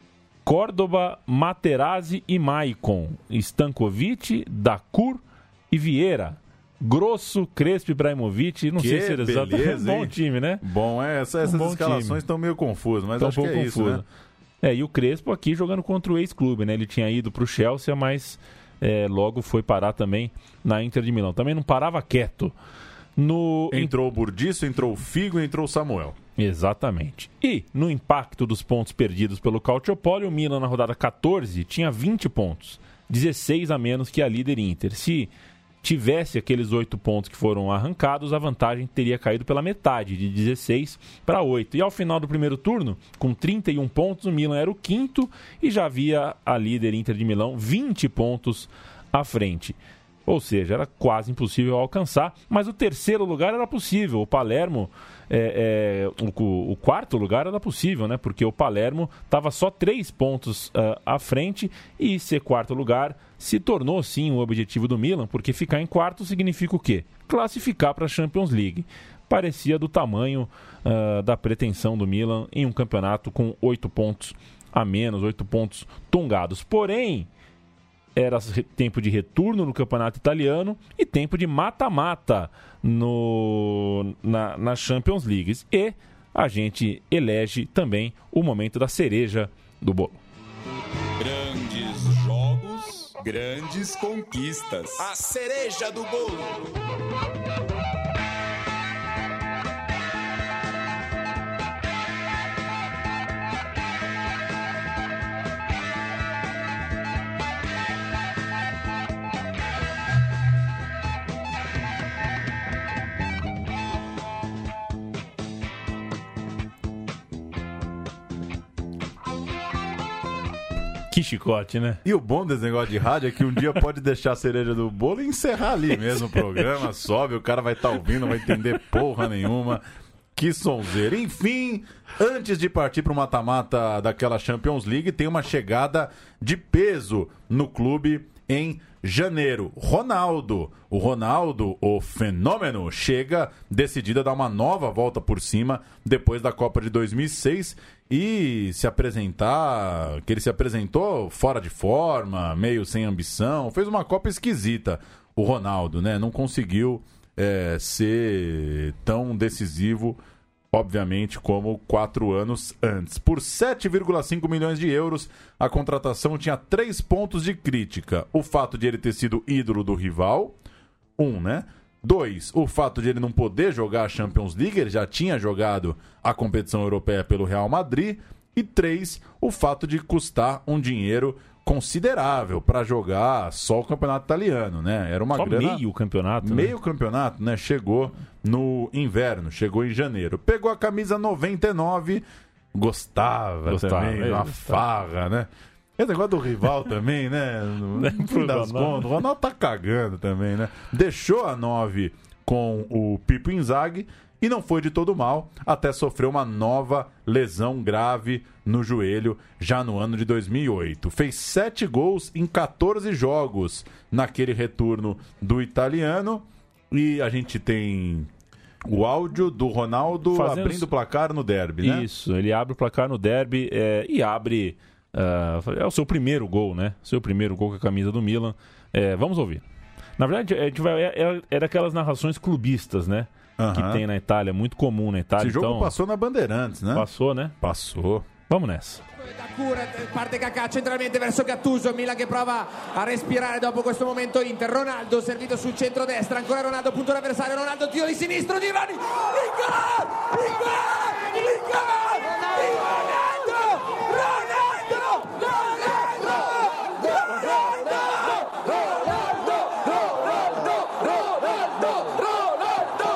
Córdoba, Materazzi e Maicon. Stankovic, Dacour e Vieira. Grosso, Crespo, Ibrahimovic. Não Que sei se eles beleza, é um bom hein? time, né? Bom, é, essa- essas Um bom escalações estão meio confusas, mas Tá um acho que pouco é isso, confuso. né? É, e o Crespo aqui jogando contra o ex-clube, né? Ele tinha ido para o Chelsea, mas é, logo foi parar também na Inter de Milão. Também não parava quieto. No... Entrou o Burdiço, entrou o Figo e entrou o Samuel. Exatamente. E no impacto dos pontos perdidos pelo Calciopoli, o Milan na rodada catorze tinha vinte pontos, dezesseis a menos que a líder Inter. Se tivesse aqueles oito pontos que foram arrancados, a vantagem teria caído pela metade, de dezesseis para oito. E ao final do primeiro turno, com trinta e um pontos, o Milan era o quinto e já havia a líder Inter de Milão vinte pontos à frente. Ou seja, era quase impossível alcançar, mas o terceiro lugar era possível. O Palermo, é, é, o, o quarto lugar era possível, né? Porque o Palermo estava só três pontos uh, à frente e ser quarto lugar se tornou sim o objetivo do Milan, porque ficar em quarto significa o quê? Classificar para a Champions League. Parecia do tamanho uh, da pretensão do Milan em um campeonato com oito pontos a menos, oito pontos tungados. Porém, era tempo de retorno no campeonato italiano e tempo de mata-mata no, na, na Champions League. E a gente elege também o momento da cereja do bolo. Grandes jogos, grandes conquistas. A cereja do bolo. Que chicote, né? E o bom desse negócio de rádio é que um dia pode deixar a cereja do bolo e encerrar ali mesmo o programa, sobe, o cara vai estar ouvindo, não vai entender porra nenhuma. Que sonzeira. Enfim, antes de partir para o mata-mata daquela Champions League, tem uma chegada de peso no clube em janeiro. Ronaldo. O Ronaldo, o fenômeno, chega decidido a dar uma nova volta por cima depois da Copa de dois mil e seis e se apresentar, que ele se apresentou fora de forma, meio sem ambição, fez uma Copa esquisita. O Ronaldo, né? Não conseguiu é, ser tão decisivo, obviamente, como quatro anos antes. Por sete vírgula cinco milhões de euros, a contratação tinha três pontos de crítica. O fato de ele ter sido ídolo do rival, um, né? Dois, o fato de ele não poder jogar a Champions League, ele já tinha jogado a competição europeia pelo Real Madrid. E três, o fato de custar um dinheiro considerável para jogar só o campeonato italiano, né? Era uma Só grana... meio campeonato, Meio né? campeonato, né? Chegou no inverno, chegou em janeiro. Pegou a camisa noventa e nove, gostava, Gostava, também, ele uma gostava. farra, né? Esse negócio do rival também, né? No fim das contas, o Ronaldo tá cagando também, né? Deixou a nove com o Pipo Inzaghi e não foi de todo mal, até sofreu uma nova lesão grave no joelho já no ano de dois mil e oito. Fez sete gols em catorze jogos naquele retorno do italiano e a gente tem o áudio do Ronaldo Fazendo... abrindo o placar no derby, né? Isso, ele abre o placar no derby é, e abre... Uh, é o seu primeiro gol, né? Seu primeiro gol com a camisa do Milan. É, vamos ouvir. Na verdade, a gente vai, é, é, é daquelas narrações clubistas, né? Uh-huh. Que tem na Itália, muito comum na Itália. Esse jogo então... passou na Bandeirantes, né? Passou, né? Passou. Vamos nessa. Da cura, parte Kaká centralmente verso Gattuso, Milan che prova a respirare dopo questo momento Inter. Ronaldo servito sul centro-destra, ancora Ronaldo, punto l'avversario, Ronaldo tiro di sinistro, Divani, il gol! Il gol! Il gol! Il Ronaldo! Ronaldo! Ronaldo! Ronaldo! Ronaldo! Ronaldo! Ronaldo!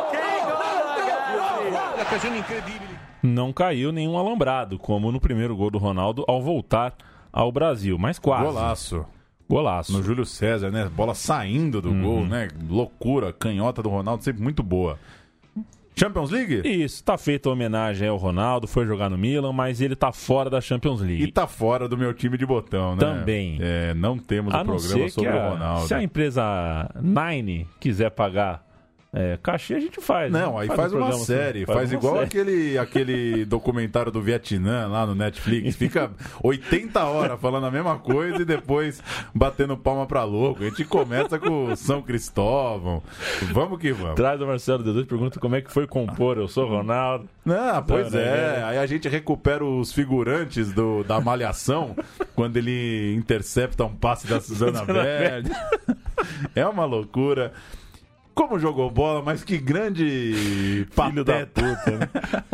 Ronaldo! Occasione incredibile. Não caiu nenhum alambrado, como no primeiro gol do Ronaldo ao voltar ao Brasil, mas quase. Golaço. Golaço. No Júlio César, né? Bola saindo do Uhum. gol, né? Loucura, canhota do Ronaldo, sempre muito boa. Champions League? Isso, tá feita a homenagem ao Ronaldo, foi jogar no Milan, mas ele tá fora da Champions League. E tá fora do meu time de botão, né? Também. É, não temos a o não programa ser sobre que o a, Ronaldo. Se a empresa Nine quiser pagar é, cachê, a gente faz. Não, né? aí faz, faz um uma programa série, assim, faz, faz uma igual série. aquele, aquele documentário do Vietnã lá no Netflix, fica oitenta horas falando a mesma coisa e depois batendo palma pra louco. A gente começa com o São Cristóvão, vamos que vamos. Traz o Marcelo Dedu e pergunta como é que foi compor Eu Sou Ronaldo. Não, pois Não, é, né? aí a gente recupera os figurantes do, da Malhação quando ele intercepta um passe da Suzana Verde. É uma loucura. Como jogou bola, mas que grande Filho da pateta. puta, né?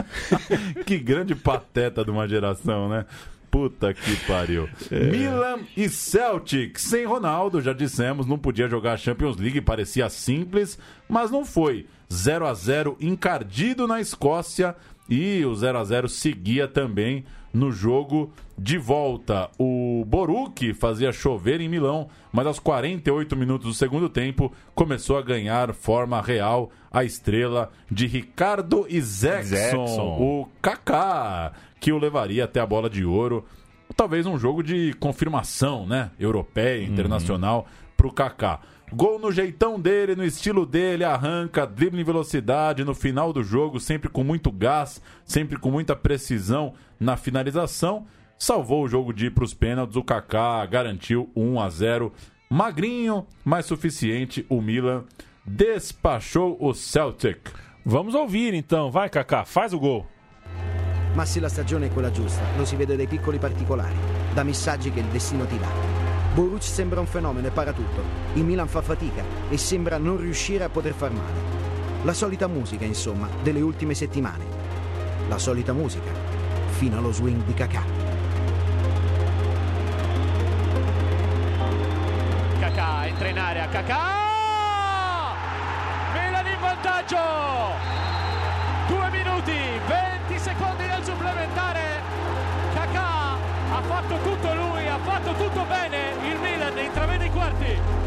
Que grande pateta de uma geração, né? Puta que pariu. É. Milan e Celtic. Sem Ronaldo, já dissemos, não podia jogar a Champions League, parecia simples, mas não foi. zero a zero encardido na Escócia e o zero a zero seguia também no jogo de volta. O Boruc fazia chover em Milão, mas aos quarenta e oito minutos do segundo tempo começou a ganhar forma real a estrela de Ricardo Isaacson, Jackson. o Kaká, que o levaria até a bola de ouro. Talvez um jogo de confirmação, né? Europeia, internacional, pro Kaká. Gol no jeitão dele, no estilo dele, arranca, drible em velocidade no final do jogo, sempre com muito gás, sempre com muita precisão na finalização. Salvou o jogo de ir para os pênaltis, o Kaká garantiu um a zero. Magrinho, mas suficiente, o Milan despachou o Celtic. Vamos ouvir então, vai Kaká, faz o gol. Ma se la stagione è quella giusta, lo si vede dai piccoli particolari, da messaggi che il destino ti dà. Boruc sembra un fenomeno e para tutto. Il Milan fa fatica e sembra non riuscire a poter far male. La solita musica, insomma, delle ultime settimane. La solita musica, fino allo swing di Kaká. Kaká entra in area, Kaká! Milan in vantaggio! Due minuti, venti secondi nel supplementare. Kaká ha fatto tutto lui, ha fatto tutto bene. Il Milan intravede i quarti.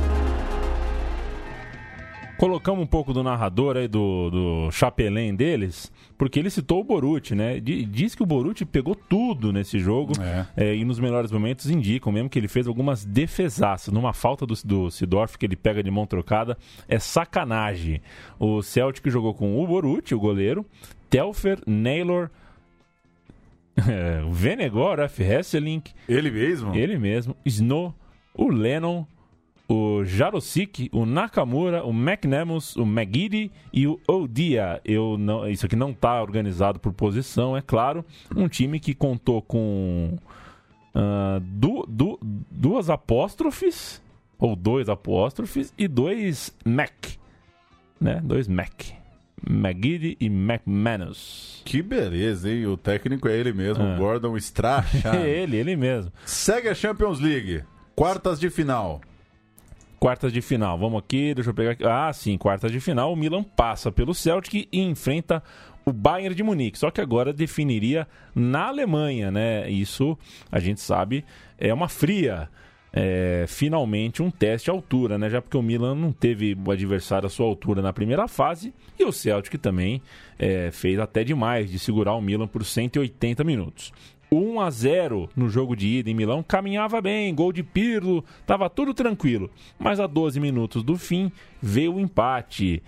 Colocamos um pouco do narrador aí, do, do chapelém deles, porque ele citou o Boruc, né? D- diz que o Boruc pegou tudo nesse jogo É. é, e nos melhores momentos indicam mesmo que ele fez algumas defesaças. Numa falta do, do Seedorf que ele pega de mão trocada, é sacanagem. O Celtic jogou com o Boruc, o goleiro, Telfer, Naylor, é, Venegor, F. Hesselink, Ele mesmo? ele mesmo, Snow, o Lennon, o Jarosik, o Nakamura, o McNemus, o McGeady e o Odia. Eu não, isso aqui não está organizado por posição, é claro. Um time que contou com uh, du, du, duas apóstrofes, ou dois apóstrofes, e dois Mac. Né? Dois Mac. McGeady e McManus. Que beleza, hein? O técnico é ele mesmo, Ah. o Gordon Strachan. É ele, ele mesmo. Segue a Champions League. Quartas de final. Quartas de final, vamos aqui, deixa eu pegar aqui. Ah, sim, quartas de final, o Milan passa pelo Celtic e enfrenta o Bayern de Munique, só que agora definiria na Alemanha, né? Isso, a gente sabe, é uma fria, é, finalmente um teste à altura, né? Já porque o Milan não teve o adversário à sua altura na primeira fase e o Celtic também é, fez até demais de segurar o Milan por cento e oitenta minutos. um a zero no jogo de ida em Milão, caminhava bem, gol de Pirlo, estava tudo tranquilo. Mas a doze minutos do fim veio o empate.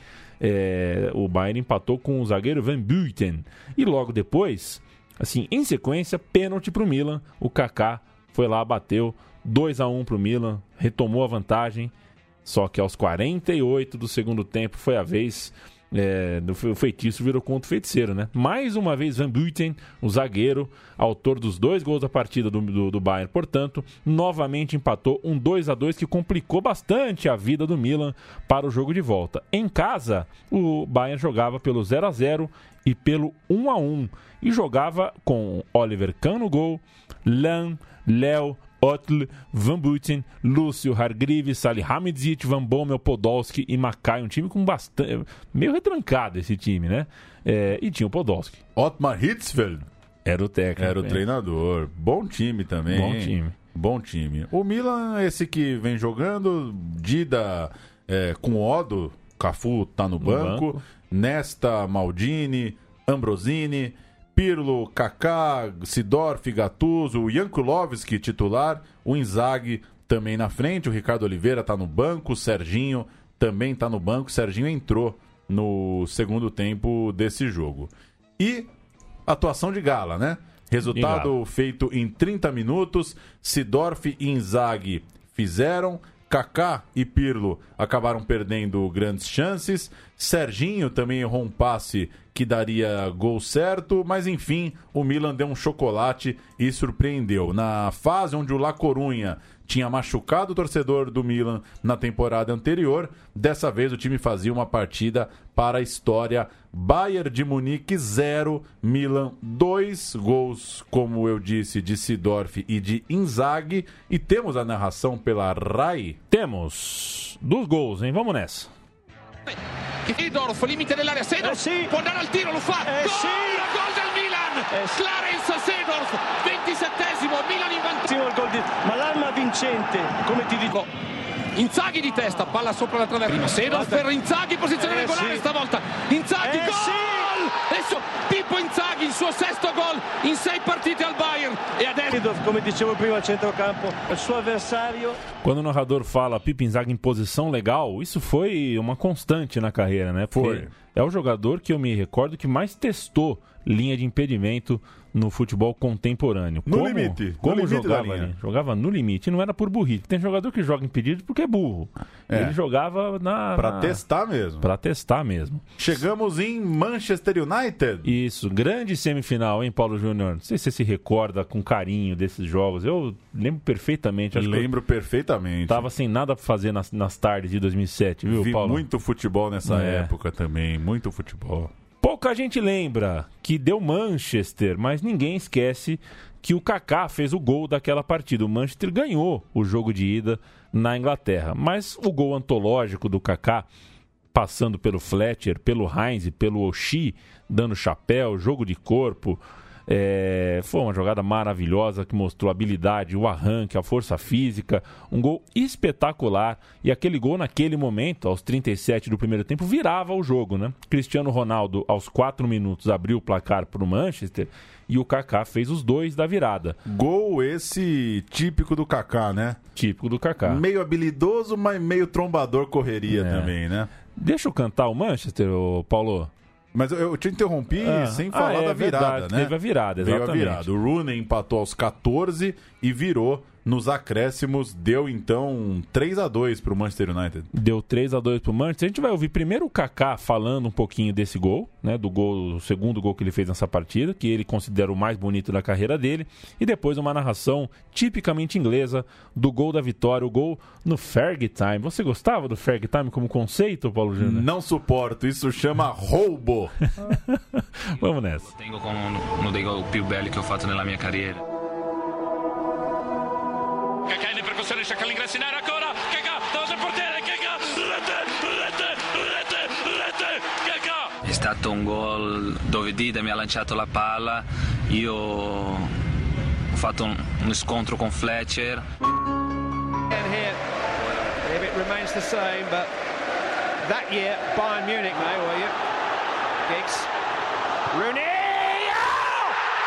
É, o Bayern empatou com o zagueiro Van Buiten. E logo depois, assim, em sequência, pênalti para o Milan. O Kaká foi lá, bateu dois a um para o Milan, retomou a vantagem. Só que aos quarenta e oito do segundo tempo foi a vez... É, do, o feitiço virou contra o feiticeiro, né? Mais uma vez Van Buiten, o zagueiro, autor dos dois gols da partida do, do, do Bayern, portanto, novamente empatou um dois a dois que complicou bastante a vida do Milan para o jogo de volta. Em casa, o Bayern jogava pelo zero a zero e pelo um a um e jogava com Oliver Kahn no gol, Lan, Léo, Otl, Van Buiten, Lúcio, Hargreaves, Salihamidzic, Van Bommel, Podolski e Mackay. Um time com bastante... meio retrancado esse time, né? É, e tinha o Podolski. Otmar Hitzfeld era o técnico. Era o é. treinador. Bom time também. Bom time. Bom time. O Milan, esse que vem jogando, Dida é, com Odo, Cafu tá no, no banco, banco, Nesta, Maldini, Ambrosini... Pirlo, Kaká, Sidorf, Gattuso, o Jankulovski titular, o Inzaghi também na frente, o Ricardo Oliveira tá no banco, o Serginho também tá no banco, o Serginho entrou no segundo tempo desse jogo. E atuação de gala, né? Resultado gala. Feito em trinta minutos, Sidorf e Inzaghi fizeram, Kaká e Pirlo acabaram perdendo grandes chances, Serginho também errou um passe que daria gol certo, mas enfim, o Milan deu um chocolate e surpreendeu. Na fase onde o La Corunha tinha machucado o torcedor do Milan na temporada anterior, dessa vez o time fazia uma partida para a história. Bayern de Munique zero, Milan dois, gols, como eu disse, de Sidorf e de Inzaghi. E temos a narração pela Rai? Temos dos gols, hein? Vamos nessa. Seedorf, limite dell'area, Seedorf eh sì. può andare al tiro, lo fa, eh gol, sì. gol del Milan, eh sì. Clarence Seedorf, ventisettesimo, Milan in vantaggio, il gol di... ma l'arma vincente, come ti dico, Inzaghi di testa, palla sopra la traversa, Seedorf per Inzaghi, posizione eh regolare sì. stavolta, Inzaghi, eh gol, sì. adesso Pippo Inzaghi, il suo sesto gol in sei partite al Bayern, e adesso, Seedorf, come dicevo prima, a centrocampo, il suo avversario. Quando o narrador fala Pippo Inzaghi em posição legal, isso foi uma constante na carreira, né? Porque foi. É o jogador que eu me recordo que mais testou linha de impedimento no futebol contemporâneo. No como, limite. Como no limite jogava ali? Jogava no limite. Não era por burrice. Tem jogador que joga impedido porque é burro. É. Ele jogava na... Pra na... testar mesmo. Pra testar mesmo. Chegamos em Manchester United. Isso. Grande semifinal, hein, Paulo Júnior? Não sei se você se recorda com carinho desses jogos. Eu lembro perfeitamente. Acho lembro que perfeitamente. Tava sem nada pra fazer nas, nas tardes de dois mil e sete, viu, Vi Paulo? Vi muito futebol nessa é. época também. Muito futebol. Pouca gente lembra que deu Manchester, mas ninguém esquece que o Kaká fez o gol daquela partida. O Manchester ganhou o jogo de ida na Inglaterra, mas o gol antológico do Kaká, passando pelo Fletcher, pelo Heinz, pelo Oshie, dando chapéu, jogo de corpo, é, foi uma jogada maravilhosa que mostrou a habilidade, o arranque, a força física, um gol espetacular. E aquele gol naquele momento, aos trinta e sete do primeiro tempo, virava o jogo, né? Cristiano Ronaldo, aos quatro minutos, abriu o placar para o Manchester e o Kaká fez os dois da virada. Gol esse típico do Kaká, né? Típico do Kaká. Meio habilidoso, mas meio trombador correria é. também, né? Deixa eu cantar o Manchester, ô Paulo. Mas eu, eu te interrompi ah, sem falar ah, é, da virada, verdade, né? Teve a virada, exatamente. Veio a virada. O Rooney empatou aos catorze e virou nos acréscimos. Deu, então, três a dois pro Manchester United. Deu três a dois pro Manchester. A gente vai ouvir primeiro o Kaká falando um pouquinho desse gol, né? Do gol, o segundo gol que ele fez nessa partida, que ele considera o mais bonito da carreira dele. E depois uma narração tipicamente inglesa do gol da vitória, o gol no Fergie Time. Você gostava do Fergie Time como conceito, Paulo Júnior? Não suporto, isso chama roubo. Vamos nessa. Tengo como uno dei gol più belli che ho fatto nella mia carriera. Kaká in percussione, cerca l'ingresso in area ancora, Kaká davanti al portiere, mi ha lanciato la palla, io ho fatto un, un scontro con Fletcher. And here, if it remains the same, but that year, Bayern Munich, mate, were you? Giggs. Rooney! Oh!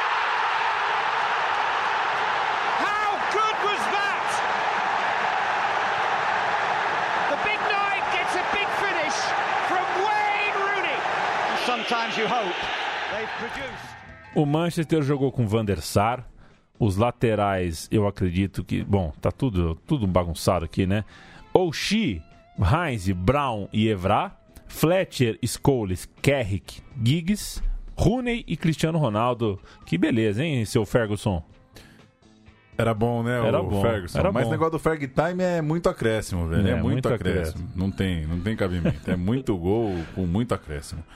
How good was that? The big night gets a big finish from Wayne Rooney. Sometimes you hope they've produced. O Manchester jogou com Van der Sar. Os laterais, eu acredito que... Bom, tá tudo, tudo bagunçado aqui, né? O'Shea, Heinz, Brown e Evra. Fletcher, Scholes, Carrick, Giggs, Rooney e Cristiano Ronaldo. Que beleza, hein, seu Ferguson? Era bom, né, Era o bom, Ferguson? era Mas o bom. negócio do Ferg Time é muito acréscimo, velho. É, É, muito, muito acréscimo. acréscimo. Não tem, não tem cabimento. É muito gol com muito acréscimo.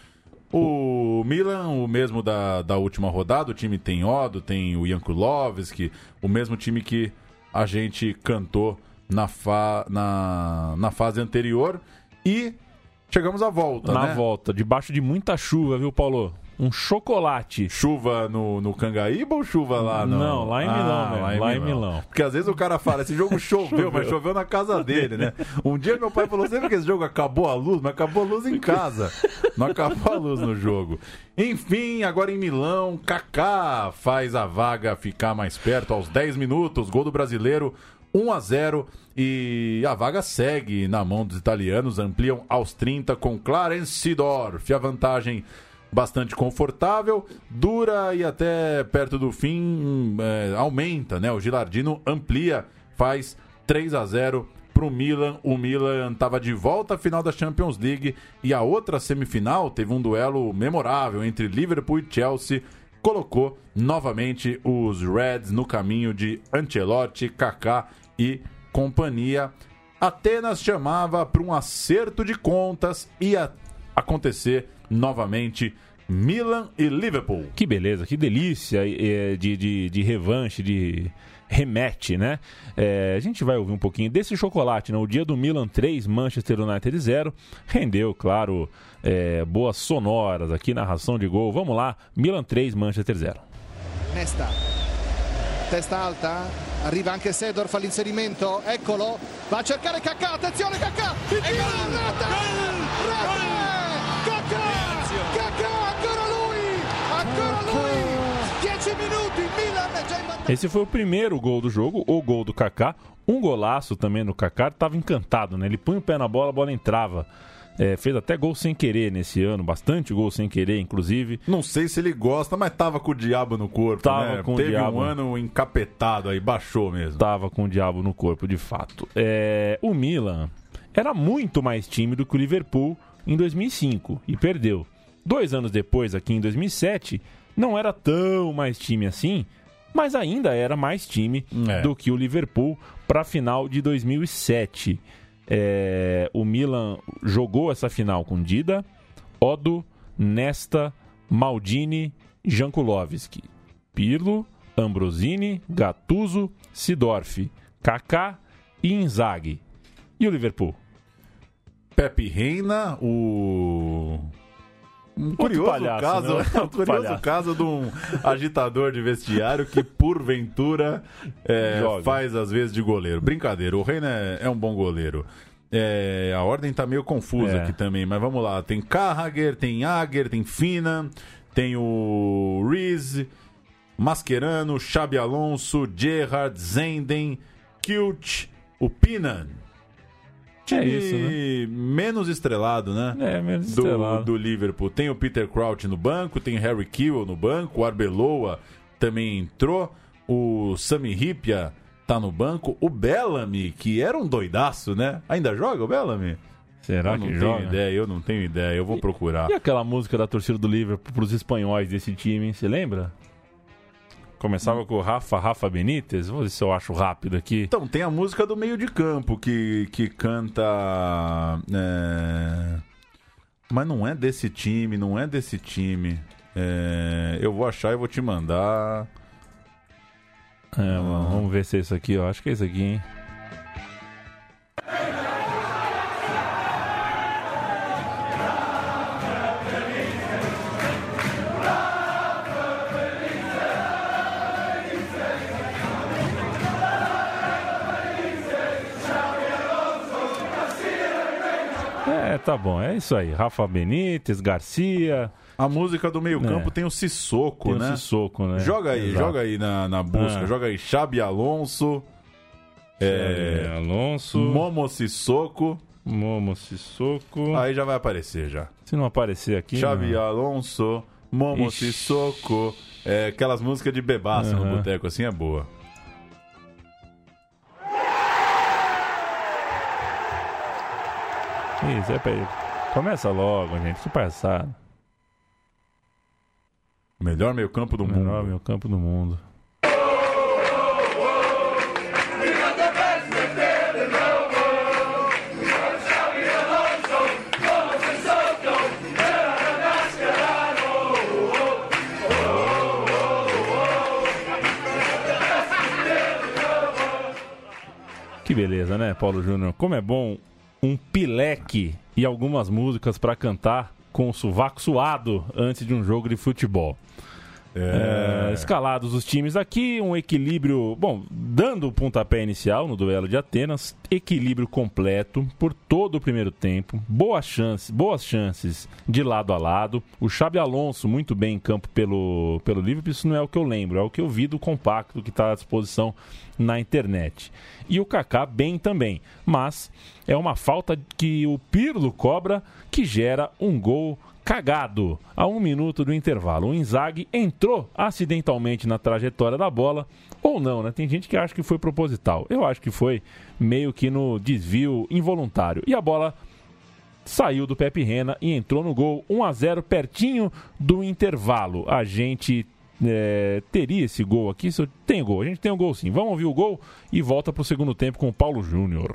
O Milan, o mesmo da, da última rodada, o time tem Odo, tem o Jankulovski, o mesmo time que a gente cantou na, fa, na, na fase anterior. E chegamos à volta, Na né? volta, debaixo de muita chuva, viu, Paulo? Um chocolate. Chuva no, no Cangaíba ou chuva lá no... Não, lá em Milão, mesmo, lá em Milão. Porque às vezes o cara fala, esse jogo choveu, Choveu. mas choveu na casa dele, né? Um dia meu pai falou, sempre que esse jogo acabou a luz, mas acabou a luz em casa. Não acabou a luz no jogo. Enfim, agora em Milão, Kaká faz a vaga ficar mais perto aos dez minutos, gol do brasileiro, um a zero, e a vaga segue na mão dos italianos, ampliam aos trinta com Clarence Seedorf, a vantagem bastante confortável, dura e até perto do fim é, aumenta, né? O Gilardino amplia, faz três a zero pro Milan. O Milan estava de volta à final da Champions League e a outra semifinal teve um duelo memorável entre Liverpool e Chelsea, colocou novamente os Reds no caminho de Ancelotti, Kaká e companhia. Atenas chamava para um acerto de contas, ia acontecer novamente Milan e Liverpool. Que beleza, que delícia é, de, de, de revanche, de rematch, né? É, a gente vai ouvir um pouquinho desse chocolate, né? O dia do Milan três, Manchester United zero. Rendeu, claro, é, boas sonoras aqui, narração de gol. Vamos lá, Milan três, Manchester zero. Nesta, testa alta, arriva anche Seedorf all'inserimento, eccolo, va a cercare Kaká, attenzione Kaká, il tiro in rete, rete! Kaká, ancora lui, ancora lui, dieci minuti, Milan è già in vantaggio. Esse foi o primeiro gol do jogo, o gol do Kaká. Um golaço também no Kaká, tava encantado, né? Ele punha o pé na bola, a bola entrava. É, fez até gol sem querer nesse ano, bastante gol sem querer, inclusive. Não sei se ele gosta, mas tava com o diabo no corpo, tava né? Com Teve o diabo. um ano encapetado aí, baixou mesmo. Tava com o diabo no corpo, de fato. É, o Milan era muito mais tímido que o Liverpool em dois mil e cinco e perdeu. Dois anos depois, aqui em dois mil e sete, não era tão mais time assim, mas ainda era mais time é. do que o Liverpool para a final de dois mil e sete. É, o Milan jogou essa final com Dida, Odo, Nesta, Maldini, Jankulovski, Pirlo, Ambrosini, Gattuso, Seedorf, Kaká e Inzaghi. E o Liverpool? Pepe Reina, o... Um curioso palhaço, caso, né? um curioso palhaço. caso de um agitador de vestiário que, porventura, é, faz às vezes de goleiro. Brincadeira, o Reina é, é um bom goleiro. É, a ordem tá meio confusa É. aqui também, mas vamos lá. Tem Carragher, tem Aguer, tem Fina, tem o Rees, Mascherano, Xabi Alonso, Gerrard, Zenden, Kilt, o Pinan. Time É isso, né? menos estrelado, né? É, menos do, estrelado. do Liverpool. Tem o Peter Crouch no banco, tem Harry Kewell no banco, o Arbeloa também entrou, o Sami Hyypiä tá no banco, o Bellamy, que era um doidaço, né? Ainda joga o Bellamy? Será eu que não joga? tenho ideia, eu não tenho ideia, eu vou procurar. E aquela música da torcida do Liverpool pros espanhóis desse time, você lembra? Começava com o Rafa, Rafa Benítez. Vou ver se eu acho rápido aqui. Então, tem a música do meio de campo que, que canta... É... Mas não é desse time, não é desse time. É... Eu vou achar e vou te mandar. É, ah. Vamos ver se é isso aqui, ó. Acho que é isso aqui, hein? É, tá bom, é isso aí. Rafa Benítez, Garcia. A música do meio-campo É. tem o Sissoko, Tem né? o Sissoko, né? Joga aí, Exato. joga aí na, na busca. Ah. Joga aí Xabi Alonso. É, Xabi Alonso. Momo Sissoko. Momo Sissoko. Aí já vai aparecer já. Se não aparecer aqui... Xabi não. Alonso, Momo Ixi. Sissoko. É, aquelas músicas de bebaça Aham. no boteco, assim é boa. Isso, é pra ele. Começa logo, gente. Que palhaçada. Melhor meio-campo do Melhor mundo. meio campo do mundo. Que beleza, né, Paulo Júnior? Como é bom um pileque e algumas músicas pra cantar com o sovaco suado antes de um jogo de futebol. É, escalados os times aqui, um equilíbrio, bom, dando o pontapé inicial no duelo de Atenas, equilíbrio completo por todo o primeiro tempo, boas chances, boas chances de lado a lado, o Xabi Alonso muito bem em campo pelo, pelo Liverpool, isso não é o que eu lembro, é o que eu vi do compacto que está à disposição na internet. E o Kaká bem também, mas é uma falta que o Pirlo cobra que gera um gol cagado a um minuto do intervalo. O Inzaghi entrou acidentalmente na trajetória da bola, ou não, né? Tem gente que acha que foi proposital. Eu acho que foi meio que no desvio involuntário. E a bola saiu do Pepe Reina e entrou no gol um a zero, pertinho do intervalo. A gente é, teria esse gol aqui. Se eu... Tem gol, a gente tem um gol sim. Vamos ouvir o gol e volta para o segundo tempo com o Paulo Júnior.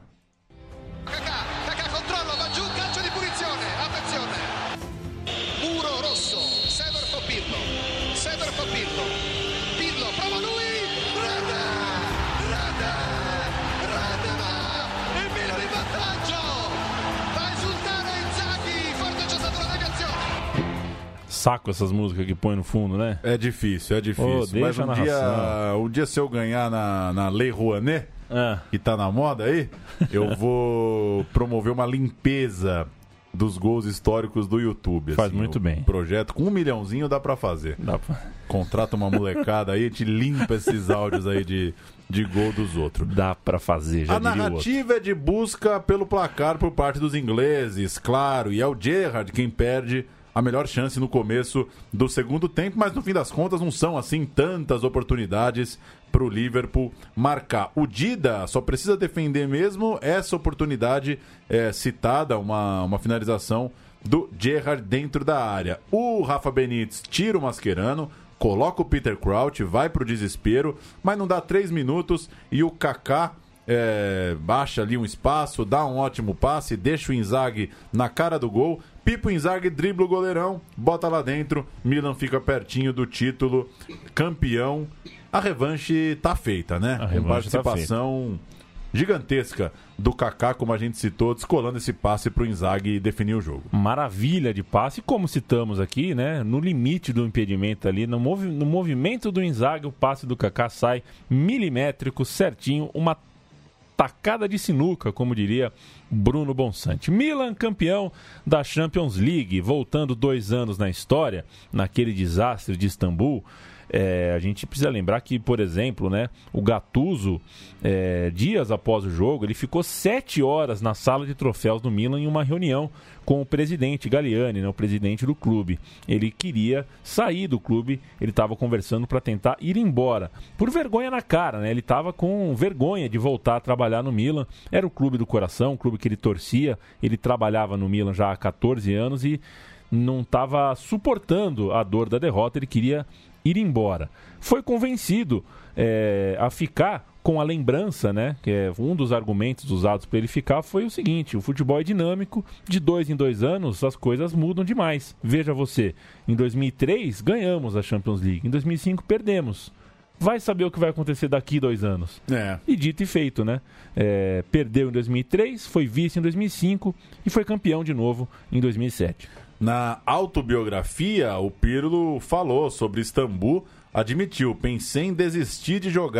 Saco essas músicas que põe no fundo, né? É difícil, é difícil. Oh, Mas um deixa a dia, narração. um dia se eu ganhar na, na Lei Rouanet, Ah. que tá na moda aí, eu vou promover uma limpeza dos gols históricos do YouTube. Faz assim, muito o bem. Projeto com um milhãozinho dá pra fazer. Dá pra... Contrata uma molecada aí, te limpa esses áudios aí de, de gol dos outros. Dá pra fazer, já A diria o outro. narrativa é de busca pelo placar por parte dos ingleses, claro, e é o Gerrard quem perde a melhor chance no começo do segundo tempo, mas no fim das contas não são assim tantas oportunidades para o Liverpool marcar. O Dida só precisa defender mesmo essa oportunidade é, citada, uma, uma finalização do Gerrard dentro da área. O Rafa Benítez tira o Mascherano, coloca o Peter Crouch, vai para o desespero, mas não dá três minutos e o Kaká É, baixa ali um espaço, dá um ótimo passe, deixa o Inzaghi na cara do gol, pipa o Inzaghi, dribla o goleirão, bota lá dentro, Milan fica pertinho do título, campeão. A revanche tá feita, né? A Com revanche tá participação gigantesca do Kaká, como a gente citou, descolando esse passe pro Inzaghi definir o jogo. Maravilha de passe, como citamos aqui, né? No limite do impedimento ali, no, movi- no movimento do Inzaghi, o passe do Kaká sai milimétrico, certinho, uma tacada de sinuca, como diria Bruno Bonsante. Milan campeão da Champions League, voltando dois anos na história, naquele desastre de Istambul. É, a gente precisa lembrar que, por exemplo, né, o Gattuso, é, dias após o jogo, ele ficou sete horas na sala de troféus do Milan em uma reunião com o presidente Galliani, né, o presidente do clube. Ele queria sair do clube, ele estava conversando para tentar ir embora, por vergonha na cara, né? Ele estava com vergonha de voltar a trabalhar no Milan. Era o clube do coração, o clube que ele torcia, ele trabalhava no Milan já há catorze anos e não estava suportando a dor da derrota, ele queria ir embora. Foi convencido é, a ficar com a lembrança, né? Que é um dos argumentos usados para ele ficar foi o seguinte: o futebol é dinâmico, de dois em dois anos as coisas mudam demais. Veja você, em dois mil e três ganhamos a Champions League, em dois mil e cinco perdemos. Vai saber o que vai acontecer daqui dois anos. É. E dito e feito, né? É, perdeu em dois mil e três, foi vice em dois mil e cinco e foi campeão de novo em dois mil e sete. Na autobiografia, o Pirlo falou sobre Istambul, admitiu, pensei em desistir de jogar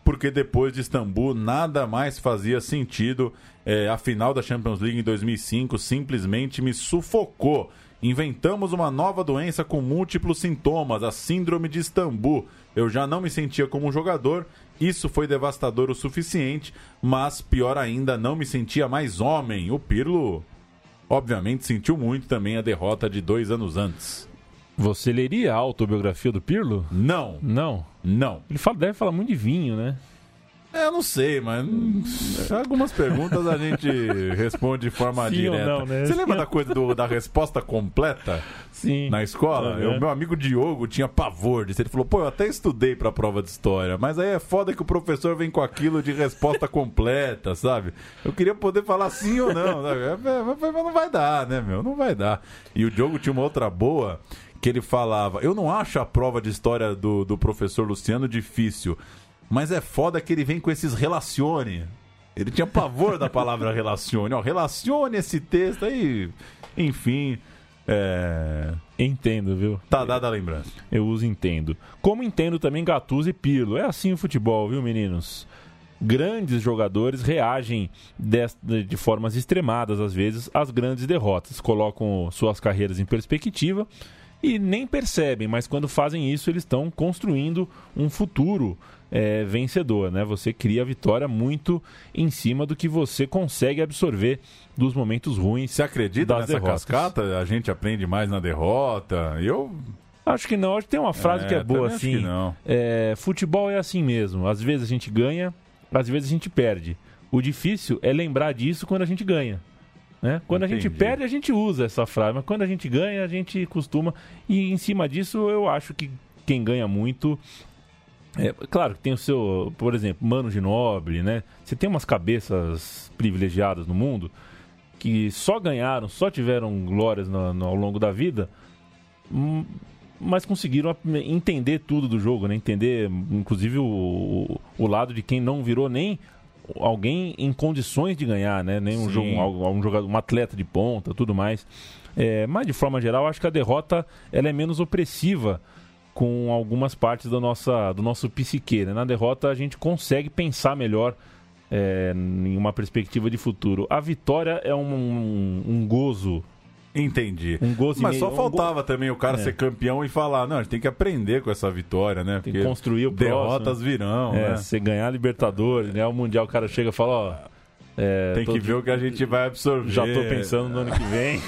porque depois de Istambul nada mais fazia sentido. É, a final da Champions League em dois mil e cinco simplesmente me sufocou. Inventamos uma nova doença com múltiplos sintomas, a síndrome de Istambul. Eu já não me sentia como um jogador, isso foi devastador o suficiente, mas pior ainda, não me sentia mais homem. O Pirlo, obviamente, sentiu muito também a derrota de dois anos antes. Você leria a autobiografia do Pirlo? Não. Não? Não. Ele fala, deve falar muito de vinho, né? É, eu não sei, mas algumas perguntas a gente responde de forma Sim direta. ou não, né? Você lembra da coisa do, da resposta completa? Sim. Na escola? Uhum. O meu amigo Diogo tinha pavor disso. Ele falou, pô, eu até estudei pra prova de história, mas aí é foda que o professor vem com aquilo de resposta completa, sabe? Eu queria poder falar sim ou não, sabe? Mas não vai dar, né, meu? Não vai dar. E o Diogo tinha uma outra boa, que ele falava, eu não acho a prova de história do, do professor Luciano difícil, mas é foda que ele vem com esses relacione. Ele tinha pavor da palavra relacione. Ó, relacione esse texto aí. Enfim, é... Entendo, viu? Tá dada a lembrança. Eu uso entendo. Como entendo também Gattuso e Pirlo. É assim o futebol, viu, meninos? Grandes jogadores reagem de, de formas extremadas, às vezes, às grandes derrotas. Colocam suas carreiras em perspectiva e nem percebem, mas quando fazem isso, eles estão construindo um futuro É, vencedor, né? Você cria a vitória muito em cima do que você consegue absorver dos momentos ruins. Você acredita das nessa derrotas. cascata? A gente aprende mais na derrota? Eu acho que não. Acho que tem uma frase é, que é boa acho assim. que não. É, futebol é assim mesmo. Às vezes a gente ganha, às vezes a gente perde. O difícil é lembrar disso quando a gente ganha. Né? Quando Entendi. a gente perde, a gente usa essa frase, mas quando a gente ganha, a gente costuma. E em cima disso, eu acho que quem ganha muito. É, claro que tem o seu, por exemplo, Mano Ginóbili, né? Você tem umas cabeças privilegiadas no mundo que só ganharam, só tiveram glórias no, no, ao longo da vida, mas conseguiram entender tudo do jogo, né? Entender, inclusive, o, o lado de quem não virou nem alguém em condições de ganhar, né? Nem um, jogo, um, jogador, um atleta de ponta, tudo mais. É, mas, de forma geral, acho que a derrota ela é menos opressiva com algumas partes da nossa, do nosso psique, né? Na derrota a gente consegue pensar melhor é, em uma perspectiva de futuro. A vitória é um, um, um gozo. Entendi. Um gozo Mas meio, só faltava um go... também o cara é. ser campeão e falar, não, a gente tem que aprender com essa vitória, né? Tem Porque que construir o derrotas próximo. virão, é, né? Você ganhar a Libertadores, né? O Mundial, o cara chega e fala, ó... É, tem tô... que ver o que a gente vai absorver. Já tô pensando no ano que vem.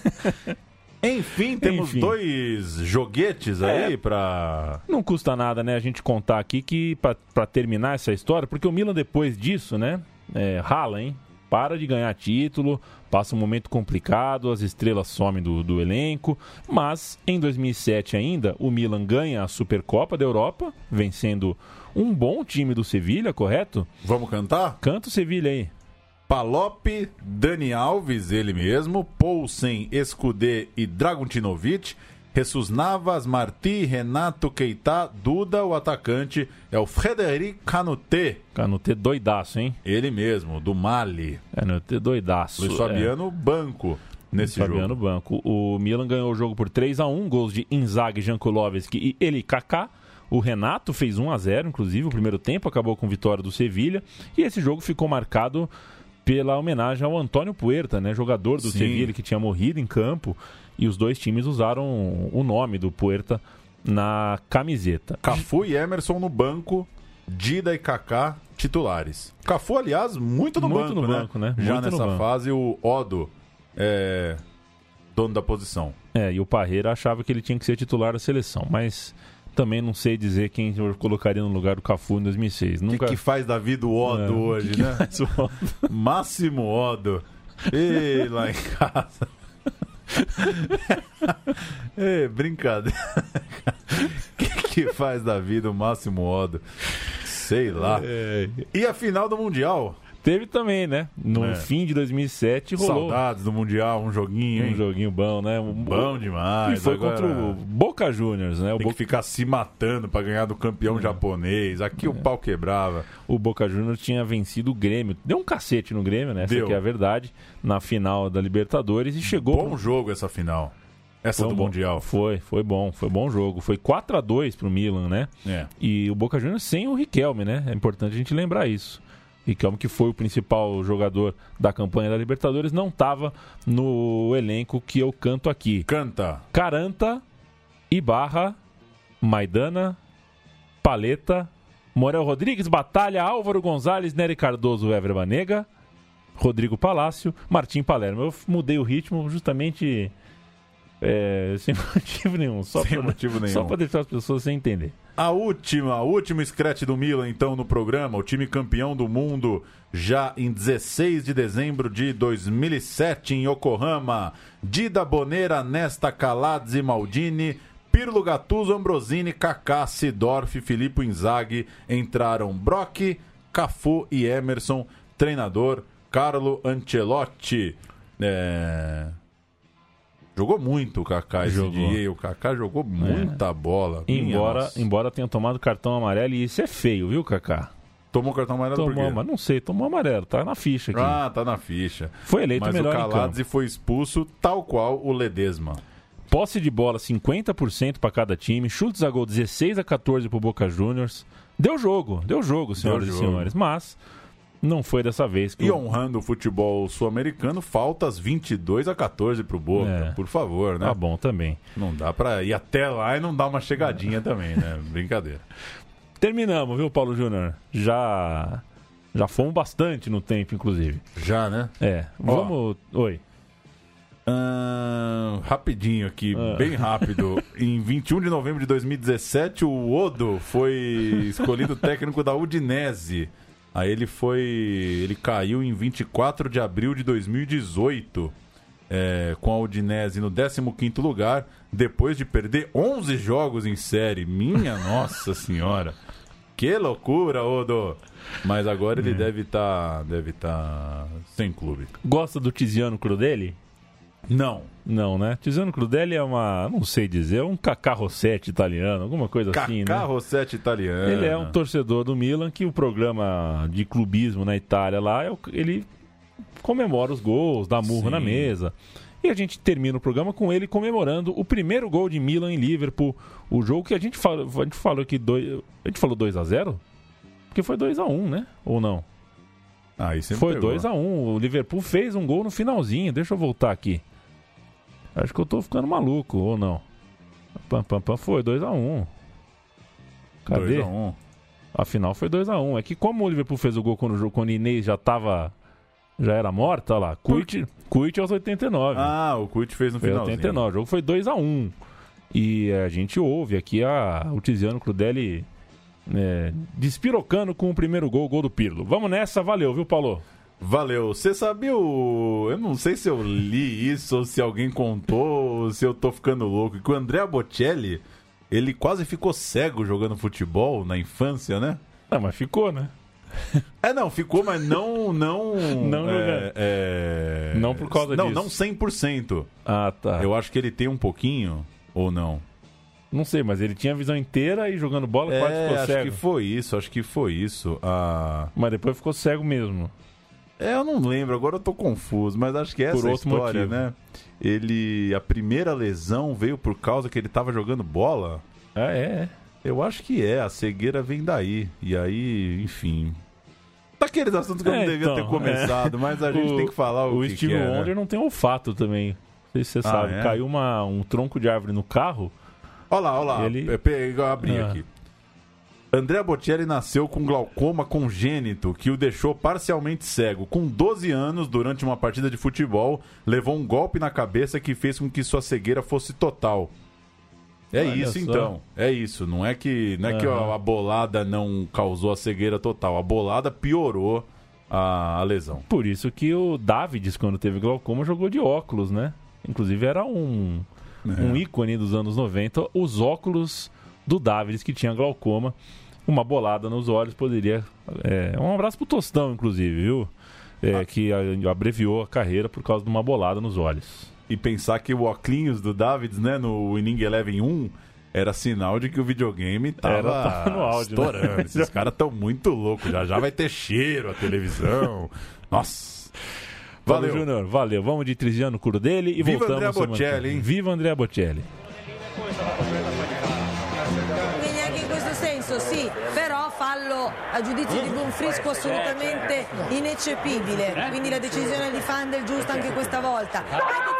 Enfim, temos Enfim. dois joguetes aí é, pra... Não custa nada, né, a gente contar aqui que pra, pra terminar essa história, porque o Milan depois disso, né, é, rala, hein? Para de ganhar título, passa um momento complicado, as estrelas somem do, do elenco, mas em dois mil e sete ainda, o Milan ganha a Supercopa da Europa, vencendo um bom time do Sevilha, correto? Vamos cantar? Canta o Sevilha aí. Palop, Dani Alves, ele mesmo, Poulsen, Escudé e Dragutinovic, Jesus Navas, Martí, Renato Keita, Duda, o atacante é o Frédéric Kanouté. Kanouté doidaço, hein? Ele mesmo, do Mali. Kanouté doidaço. Luiz Fabiano, é. banco nesse Luiz jogo. Fabiano, banco. O Milan ganhou o jogo por três a um, gols de Inzaghi, Jankulovski e Eli Kaká. O Renato fez um a zero, inclusive, o primeiro tempo, acabou com vitória do Sevilha. E esse jogo ficou marcado pela homenagem ao Antônio Puerta, né, jogador do Sim. Sevilha que tinha morrido em campo, e os dois times usaram o nome do Puerta na camiseta. Cafu e Emerson no banco, Dida e Kaká titulares. Cafu, aliás, muito no muito banco, no né? banco, né? Já muito nessa fase, o Odo é dono da posição. É, e o Parreira achava que ele tinha que ser titular da seleção, mas também não sei dizer quem eu colocaria no lugar do Cafu em dois mil e seis. O Nunca... que, que faz da vida o Odo é, hoje, que né? Que o Odo? Máximo Odo. Ei, lá em casa. Ei, brincadeira. O que, que faz da vida o Máximo Odo? Sei lá. É... E a final do Mundial? Teve também, né? No é. fim de dois mil e sete rolou. Saudades do Mundial, um joguinho, hein? Um joguinho bom, né? Um bom demais. E foi Agora... contra o Boca Juniors, né? O Tem Bo... que ficar se matando pra ganhar do campeão é. japonês. Aqui é. o pau quebrava. O Boca Juniors tinha vencido o Grêmio. Deu um cacete no Grêmio, né? Essa aqui é a verdade. Na final da Libertadores e chegou... Bom pro... jogo essa final. Essa foi do um bom, Mundial. Foi, foi bom, foi bom jogo. Foi quatro a dois pro Milan, né? É. E o Boca Juniors sem o Riquelme, né? É importante a gente lembrar isso. Riquelme, que foi o principal jogador da campanha da Libertadores, não estava no elenco que eu canto aqui. Canta. Caranta, Ibarra, Maidana, Paleta, Morel Rodrigues, Batalha, Álvaro Gonzalez, Nery Cardoso, Éver Banega, Rodrigo Palácio, Martim Palermo. Eu mudei o ritmo justamente é, sem motivo nenhum. Só sem pra, motivo nenhum. Só para deixar as pessoas sem entender. A última, a última scratch do Milan, então, no programa. O time campeão do mundo já em dezesseis de dezembro de dois mil e sete em Yokohama. Dida Bonera, Nesta, Calazzi, Maldini, Pirlo, Gattuso, Ambrosini, Kaká, Sidorf, Filippo Inzaghi. Entraram Brock, Cafu e Emerson. Treinador Carlo Ancelotti. É... Jogou muito o Kaká esse Jogou. dia. E o Kaká jogou muita é. bola. Embora, embora tenha tomado cartão amarelo. E isso é feio, viu, Kaká? Tomou cartão amarelo tomou, por quê? Mas não sei, tomou amarelo. Tá na ficha aqui. Ah, tá na ficha. Foi eleito mas melhor o Calazzi em foi expulso, tal qual o Ledesma. Posse de bola cinquenta por cento para cada time. Chutes a gol dezesseis a quatorze pro Boca Juniors. Deu jogo, deu jogo, senhoras Deu e jogo. senhores. Mas não foi dessa vez. Que E o... honrando o futebol sul-americano, faltas vinte e dois a quatorze pro Boca. É. Por favor, né? Tá bom também. Não dá pra ir até lá e não dar uma chegadinha também, né? Brincadeira. Terminamos, viu, Paulo Júnior? Já... Já fomos bastante no tempo, inclusive. Já, né? É. Vamos... Ó. Oi. Uh, rapidinho aqui, Ah. bem rápido. Em vinte e um de novembro de dois mil e dezessete, o Odo foi escolhido técnico da Udinese. Aí ele foi. Ele caiu em vinte e quatro de abril de dois mil e dezoito, é, com a Udinese no décimo quinto lugar, depois de perder onze jogos em série. Minha Nossa Senhora! Que loucura, Odo! Mas agora ele É. deve estar deve tá sem clube. Gosta do Tiziano Crudeli? Não. Não, né? Tiziano Crudeli é uma, não sei dizer, um Kaká Rossetti italiano, alguma coisa assim, né? Kaká Rossetti italiano. Ele é um torcedor do Milan, que o programa de clubismo na Itália lá, é o- ele comemora os gols, dá murro Sim. na mesa. E a gente termina o programa com ele comemorando o primeiro gol de Milan em Liverpool. O jogo que a gente falou, a gente falou que dois, a gente falou dois a zero? Porque foi dois a um, né? Ou não? Ah, aí você me Foi pegou. dois a um. O Liverpool fez um gol no finalzinho. Deixa eu voltar aqui. Acho que eu tô ficando maluco, ou não? Pam, pam, pam, foi dois a um. Cadê? dois a um. Afinal foi dois a um. É que como o Liverpool fez o gol quando o jogo, quando o Inês já tava... Já era morta, olha lá. Kuit, Kuit aos oitenta e nove. Ah, o Kuit fez no Foi finalzinho. oitenta e nove. O jogo foi dois a um. E a gente ouve aqui a, o Tiziano Crudeli é, despirocando com o primeiro gol, o gol do Pirlo. Vamos nessa, valeu, viu, Paulo? Valeu. Você sabia o... Eu não sei se eu li isso ou se alguém contou ou se eu tô ficando louco. Que o Andrea Bocelli, ele quase ficou cego jogando futebol na infância, né? Ah, mas ficou, né? É, não, ficou, mas não... Não, Não é, jogando. é... Não por causa não, disso. Não cem por cento. Ah, tá. Eu acho que ele tem um pouquinho, ou não? Não sei, mas ele tinha a visão inteira e jogando bola quase É, ficou acho cego. que foi isso, acho que foi isso. Ah... Mas depois ficou cego mesmo. É, eu não lembro, agora eu tô confuso, mas acho que essa Por outro história, motivo. né? Ele... A primeira lesão veio por causa que ele tava jogando bola? Ah, é? Eu acho que é, a cegueira vem daí. E aí, enfim... Daqueles assuntos que eu não É, devia então, ter começado, é. mas a gente O- tem que falar o, O que Steve que é, Wonder né? não tem olfato também. Não sei se você Ah, sabe. é? Caiu uma, um tronco de árvore no carro. Olha lá, olha lá, Ele- eu, pe- eu abri Ah. aqui. Andrea Bocelli nasceu com glaucoma congênito, que o deixou parcialmente cego. Com doze anos, durante uma partida de futebol, levou um golpe na cabeça que fez com que sua cegueira fosse total. É Olha isso só. então, é isso. Não é que, não é que Aham. a, a bolada não causou a cegueira total, a bolada piorou a, a lesão. Por isso que o Davids, quando teve glaucoma, jogou de óculos, né? Inclusive era um, É. um ícone dos anos noventa. Os óculos do Davids, que tinha glaucoma. Uma bolada nos olhos poderia... é, um abraço pro Tostão, inclusive, viu? É, que a- abreviou a carreira por causa de uma bolada nos olhos. E pensar que o óculos do Davids, né, no Winning Eleven um, era sinal de que o videogame tava, Era, tava no áudio, estourando. né? Esses caras tão muito loucos. Já já vai ter cheiro a televisão. Nossa. Valeu, Júnior. Valeu. Vamos de Triziano Crudelli e Viva voltamos. Andrea Bocelli, hein? Viva Andrea Bocelli. Quindi anche in questo senso sì, però fallo a giudizio di Bonfrisco assolutamente ineccepibile, quindi la decisione di Fandel giusta anche questa volta. Anche